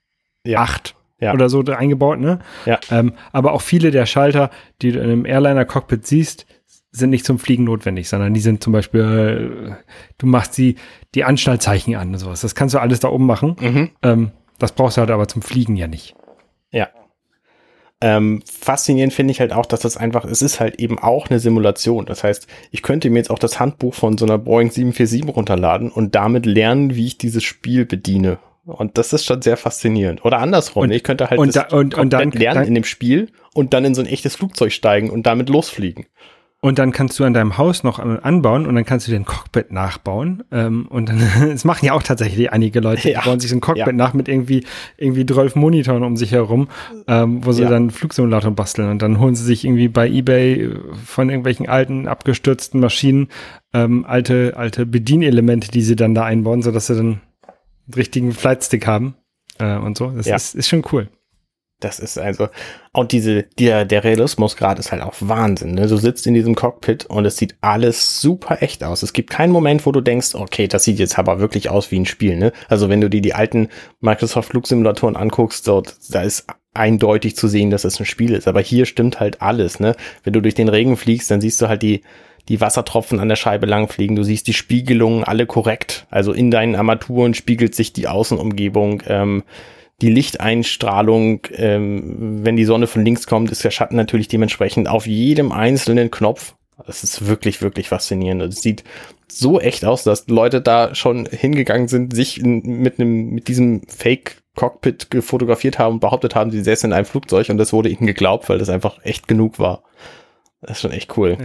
8 oder so eingebaut, ne? Ja. Aber auch viele der Schalter, die du in einem Airliner-Cockpit siehst, sind nicht zum Fliegen notwendig, sondern die sind zum Beispiel, du machst die Anschnallzeichen an und sowas. Das kannst du alles da oben machen. Das brauchst du halt aber zum Fliegen ja nicht. Ja. Faszinierend finde ich halt auch, dass es ist halt eben auch eine Simulation. Das heißt, ich könnte mir jetzt auch das Handbuch von so einer Boeing 747 runterladen und damit lernen, wie ich dieses Spiel bediene. Und das ist schon sehr faszinierend. Oder andersrum, ich könnte halt dann lernen in dem Spiel und dann in so ein echtes Flugzeug steigen und damit losfliegen. Und dann kannst du an deinem Haus noch anbauen und dann kannst du den Cockpit nachbauen. Und dann, das machen ja auch tatsächlich einige Leute, die bauen sich so ein Cockpit nach mit irgendwie 12 Monitoren um sich herum, wo sie dann Flugsimulator basteln. Und dann holen sie sich irgendwie bei eBay von irgendwelchen alten, abgestürzten Maschinen alte Bedienelemente, die sie dann da einbauen, sodass sie dann einen richtigen Flightstick haben und so. Das ist schon cool. Das ist also, und der Realismusgrad ist halt auch Wahnsinn, ne? Du sitzt in diesem Cockpit und es sieht alles super echt aus. Es gibt keinen Moment, wo du denkst, okay, das sieht jetzt aber wirklich aus wie ein Spiel, ne? Also wenn du dir die alten Microsoft Flugsimulatoren anguckst, so, da ist eindeutig zu sehen, dass es ein Spiel ist. Aber hier stimmt halt alles, ne? Wenn du durch den Regen fliegst, dann siehst du halt die die Wassertropfen an der Scheibe langfliegen, du siehst die Spiegelungen alle korrekt, also in deinen Armaturen spiegelt sich die Außenumgebung, die Lichteinstrahlung, wenn die Sonne von links kommt, ist der Schatten natürlich dementsprechend auf jedem einzelnen Knopf. Das ist wirklich, wirklich faszinierend. Es sieht so echt aus, dass Leute da schon hingegangen sind, sich mit diesem Fake-Cockpit fotografiert haben und behauptet haben, sie säßen in einem Flugzeug, und das wurde ihnen geglaubt, weil das einfach echt genug war. Das ist schon echt cool.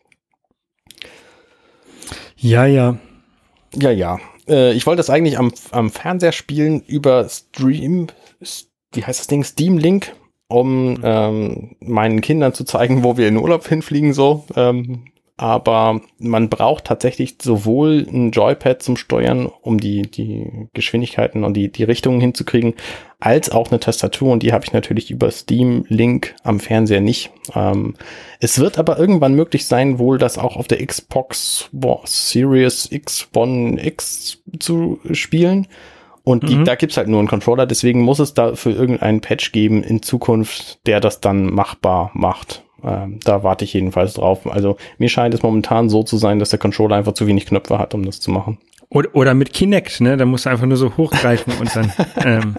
Ja. Ich wollte das eigentlich am Fernseher spielen über Steam Link, um meinen Kindern zu zeigen, wo wir in Urlaub hinfliegen, so. Aber man braucht tatsächlich sowohl ein Joypad zum Steuern, um die Geschwindigkeiten und die Richtungen hinzukriegen, als auch eine Tastatur, und die habe ich natürlich über Steam Link am Fernseher nicht. Es wird aber irgendwann möglich sein, wohl das auch auf der Xbox Series X One X zu spielen. Und da gibt's halt nur einen Controller, deswegen muss es dafür irgendeinen Patch geben in Zukunft, der das dann machbar macht. Da warte ich jedenfalls drauf. Also mir scheint es momentan so zu sein, dass der Controller einfach zu wenig Knöpfe hat, um das zu machen. Oder mit Kinect, ne? Da musst du einfach nur so hochgreifen und dann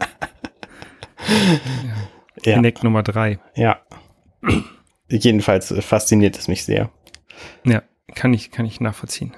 Kinect Nummer 3. Ja. Jedenfalls fasziniert es mich sehr. Ja, kann ich nachvollziehen.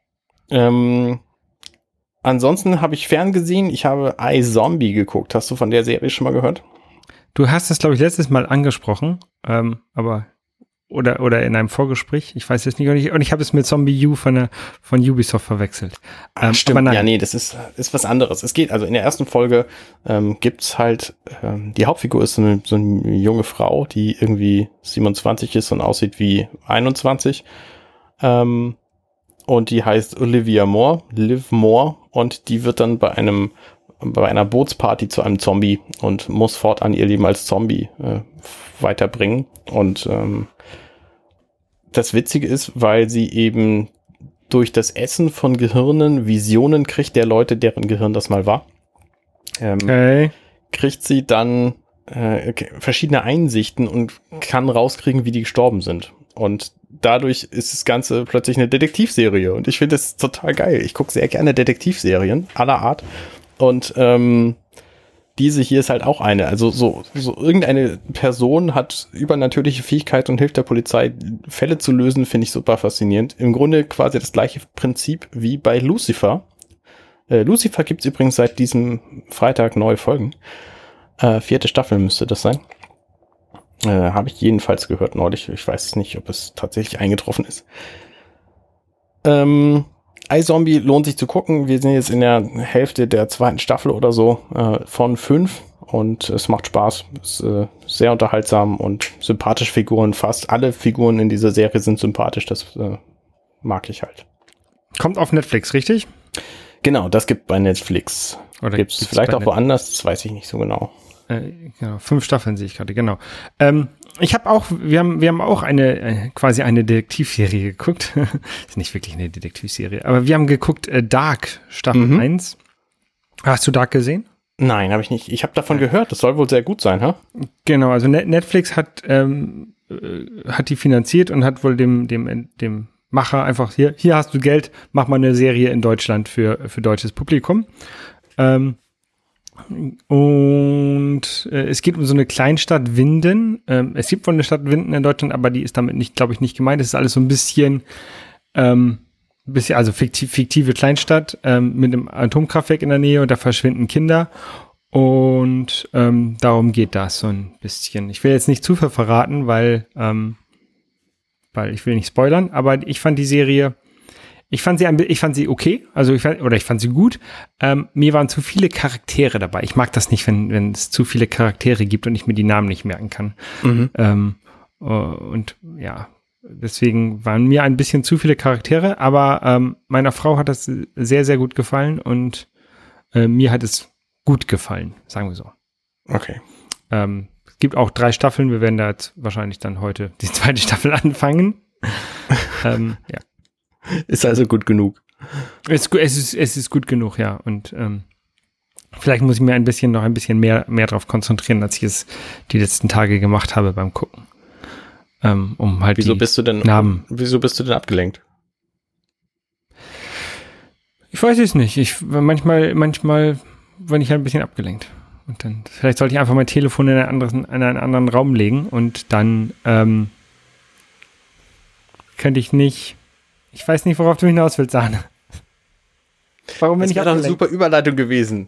Ansonsten habe ich ferngesehen, ich habe iZombie geguckt. Hast du von der Serie schon mal gehört? Du hast das, glaube ich, letztes Mal angesprochen, aber oder in einem Vorgespräch, ich weiß jetzt nicht, und ich habe es mit Zombie U von Ubisoft verwechselt. Stimmt, ja, nee, das ist was anderes. Es geht, also in der ersten Folge gibt's halt, die Hauptfigur ist so eine junge Frau, die irgendwie 27 ist und aussieht wie 21. Und die heißt Olivia Moore, Liv Moore, und die wird dann bei einer Bootsparty zu einem Zombie und muss fortan ihr Leben als Zombie weiterbringen. Und das Witzige ist, weil sie eben durch das Essen von Gehirnen Visionen kriegt der Leute, deren Gehirn das mal war. Kriegt sie dann verschiedene Einsichten und kann rauskriegen, wie die gestorben sind. Und dadurch ist das Ganze plötzlich eine Detektivserie. Und ich finde das total geil. Ich gucke sehr gerne Detektivserien aller Art. Und diese hier ist halt auch eine. Also so irgendeine Person hat übernatürliche Fähigkeit und hilft der Polizei, Fälle zu lösen, finde ich super faszinierend. Im Grunde quasi das gleiche Prinzip wie bei Lucifer. Lucifer gibt es übrigens seit diesem Freitag neue Folgen. 4. Staffel müsste das sein. Habe ich jedenfalls gehört neulich. Ich weiß nicht, ob es tatsächlich eingetroffen ist. iZombie lohnt sich zu gucken. Wir sind jetzt in der Hälfte der 2. Staffel oder so von 5 und es macht Spaß. Es ist sehr unterhaltsam und sympathische Figuren. Fast alle Figuren in dieser Serie sind sympathisch. Das mag ich halt. Kommt auf Netflix, richtig? Genau, das gibt bei Netflix. Oder gibt es vielleicht auch woanders? Das weiß ich nicht so genau. Genau, 5 Staffeln sehe ich gerade, genau. Ich habe auch, wir haben auch quasi eine Detektivserie geguckt. Ist nicht wirklich eine Detektivserie, aber wir haben geguckt Dark Staffel 1. Hast du Dark gesehen? Nein, habe ich nicht. Ich habe davon gehört, das soll wohl sehr gut sein, ha? Genau, also Netflix hat die finanziert und hat wohl dem Macher einfach, hier hast du Geld, mach mal eine Serie in Deutschland für deutsches Publikum. Und es geht um so eine Kleinstadt Winden. Es gibt wohl eine Stadt Winden in Deutschland, aber die ist damit nicht, glaube ich, nicht gemeint. Es ist alles so ein bisschen also fiktive Kleinstadt mit einem Atomkraftwerk in der Nähe, und da verschwinden Kinder. Und darum geht das so ein bisschen. Ich will jetzt nicht zu viel verraten, weil ich will nicht spoilern, aber ich fand die Serie, ich fand sie okay, also ich fand sie gut. Mir waren zu viele Charaktere dabei. Ich mag das nicht, wenn es zu viele Charaktere gibt und ich mir die Namen nicht merken kann. Und ja, deswegen waren mir ein bisschen zu viele Charaktere, aber meiner Frau hat das sehr, sehr gut gefallen und mir hat es gut gefallen, sagen wir so. Okay. Es gibt auch 3 Staffeln. Wir werden da jetzt wahrscheinlich dann heute die 2. Staffel anfangen. Ja. Ist also gut genug. Es ist gut genug, ja. Und vielleicht muss ich mir noch ein bisschen mehr drauf konzentrieren, als ich es die letzten Tage gemacht habe beim Gucken. um halt Wieso bist du denn abgelenkt? Ich weiß es nicht. Manchmal bin ich halt ein bisschen abgelenkt. Und dann, vielleicht sollte ich einfach mein Telefon in einen anderen Raum legen und dann könnte ich nicht. Ich weiß nicht, worauf du hinaus willst, Sahne. Warum bin ich abgelenkt? Das wäre doch eine super Überleitung gewesen.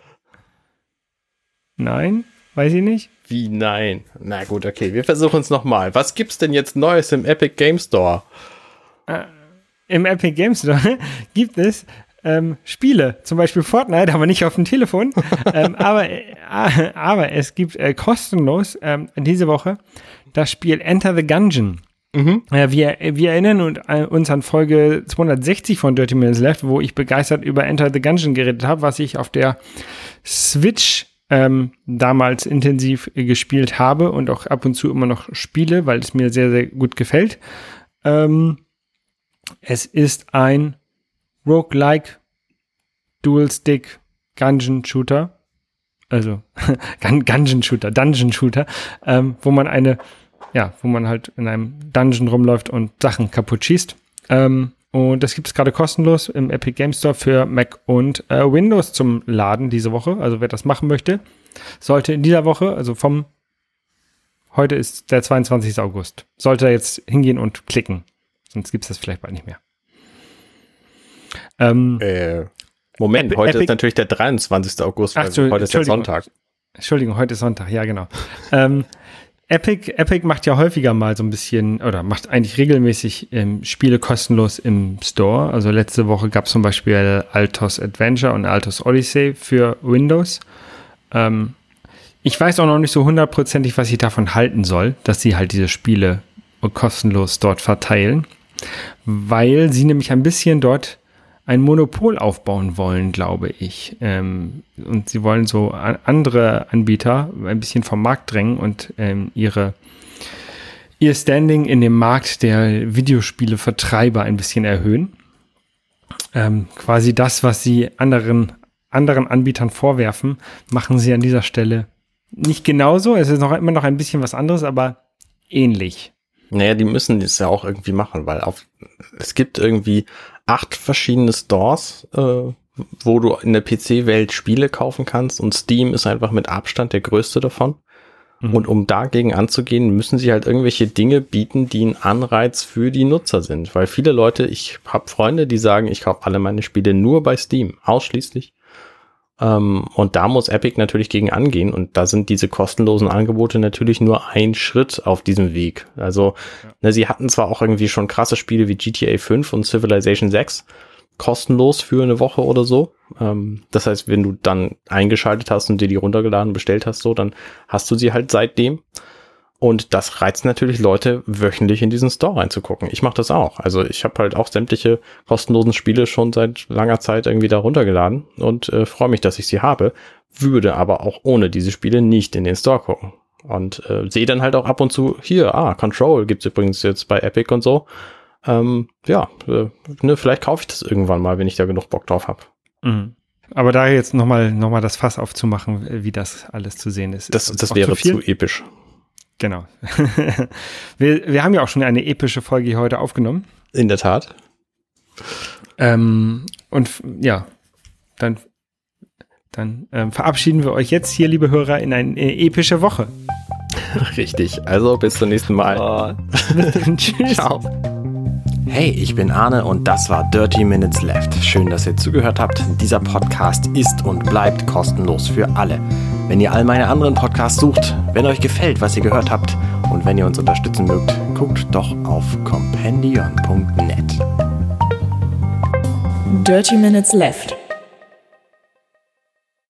Nein, weiß ich nicht. Wie nein? Na gut, okay, wir versuchen es nochmal. Was gibt's denn jetzt Neues im Epic Game Store? Im Epic Game Store gibt es Spiele, zum Beispiel Fortnite, aber nicht auf dem Telefon. Aber es gibt kostenlos diese Woche das Spiel Enter the Gungeon. Mhm. Wir erinnern uns an Folge 260 von Dirty Minutes Left, wo ich begeistert über Enter the Gungeon geredet habe, was ich auf der Switch damals intensiv gespielt habe und auch ab und zu immer noch spiele, weil es mir sehr, sehr gut gefällt. Es ist ein Roguelike Dual-Stick Dungeon Shooter, also Dungeon Shooter, wo man halt in einem Dungeon rumläuft und Sachen kaputt schießt. Und das gibt es gerade kostenlos im Epic Game Store für Mac und Windows zum Laden diese Woche. Also wer das machen möchte, sollte in dieser Woche, also heute ist der 22. August, sollte jetzt hingehen und klicken. Sonst gibt es das vielleicht bald nicht mehr. Moment, heute ist natürlich der 23. August, weil heute ist der Sonntag. Entschuldigung, heute ist Sonntag, ja genau. Epic macht ja häufiger mal so ein bisschen, oder macht eigentlich regelmäßig Spiele kostenlos im Store. Also letzte Woche gab es zum Beispiel Altos Adventure und Altos Odyssey für Windows. Ich weiß auch noch nicht so hundertprozentig, was ich davon halten soll, dass sie halt diese Spiele kostenlos dort verteilen, weil sie nämlich ein bisschen dort ein Monopol aufbauen wollen, glaube ich. Und sie wollen so andere Anbieter ein bisschen vom Markt drängen und ihr Standing in dem Markt der Videospielevertreiber ein bisschen erhöhen. Quasi das, was sie anderen Anbietern vorwerfen, machen sie an dieser Stelle nicht genauso. Es ist immer noch ein bisschen was anderes, aber ähnlich. Naja, die müssen das ja auch irgendwie machen, weil es gibt irgendwie 8 verschiedene Stores, wo du in der PC-Welt Spiele kaufen kannst und Steam ist einfach mit Abstand der größte davon. Mhm. Und um dagegen anzugehen, müssen sie halt irgendwelche Dinge bieten, die ein Anreiz für die Nutzer sind. Weil viele Leute, ich habe Freunde, die sagen, ich kaufe alle meine Spiele nur bei Steam, ausschließlich. Und da muss Epic natürlich gegen angehen und da sind diese kostenlosen Angebote natürlich nur ein Schritt auf diesem Weg. Also sie hatten zwar auch irgendwie schon krasse Spiele wie GTA 5 und Civilization 6 kostenlos für eine Woche oder so. Das heißt, wenn du dann eingeschaltet hast und dir die runtergeladen und bestellt hast, so, dann hast du sie halt seitdem. Und das reizt natürlich Leute, wöchentlich in diesen Store reinzugucken. Ich mache das auch. Also ich habe halt auch sämtliche kostenlosen Spiele schon seit langer Zeit irgendwie da runtergeladen und freue mich, dass ich sie habe, würde aber auch ohne diese Spiele nicht in den Store gucken. Und sehe dann halt auch ab und zu, Control gibt's übrigens jetzt bei Epic und so. Vielleicht kaufe ich das irgendwann mal, wenn ich da genug Bock drauf habe. Mhm. Aber da jetzt noch mal das Fass aufzumachen, wie das alles zu sehen ist. Das wäre zu episch. Genau. wir haben ja auch schon eine epische Folge hier heute aufgenommen. In der Tat. Und ja, dann verabschieden wir euch jetzt hier, liebe Hörer, in eine epische Woche. Richtig. Also bis zum nächsten Mal. Tschüss. Ciao. Hey, ich bin Arne und das war Dirty Minutes Left. Schön, dass ihr zugehört habt. Dieser Podcast ist und bleibt kostenlos für alle. Wenn ihr all meine anderen Podcasts sucht, wenn euch gefällt, was ihr gehört habt und wenn ihr uns unterstützen mögt, guckt doch auf compendion.net. Dirty Minutes Left.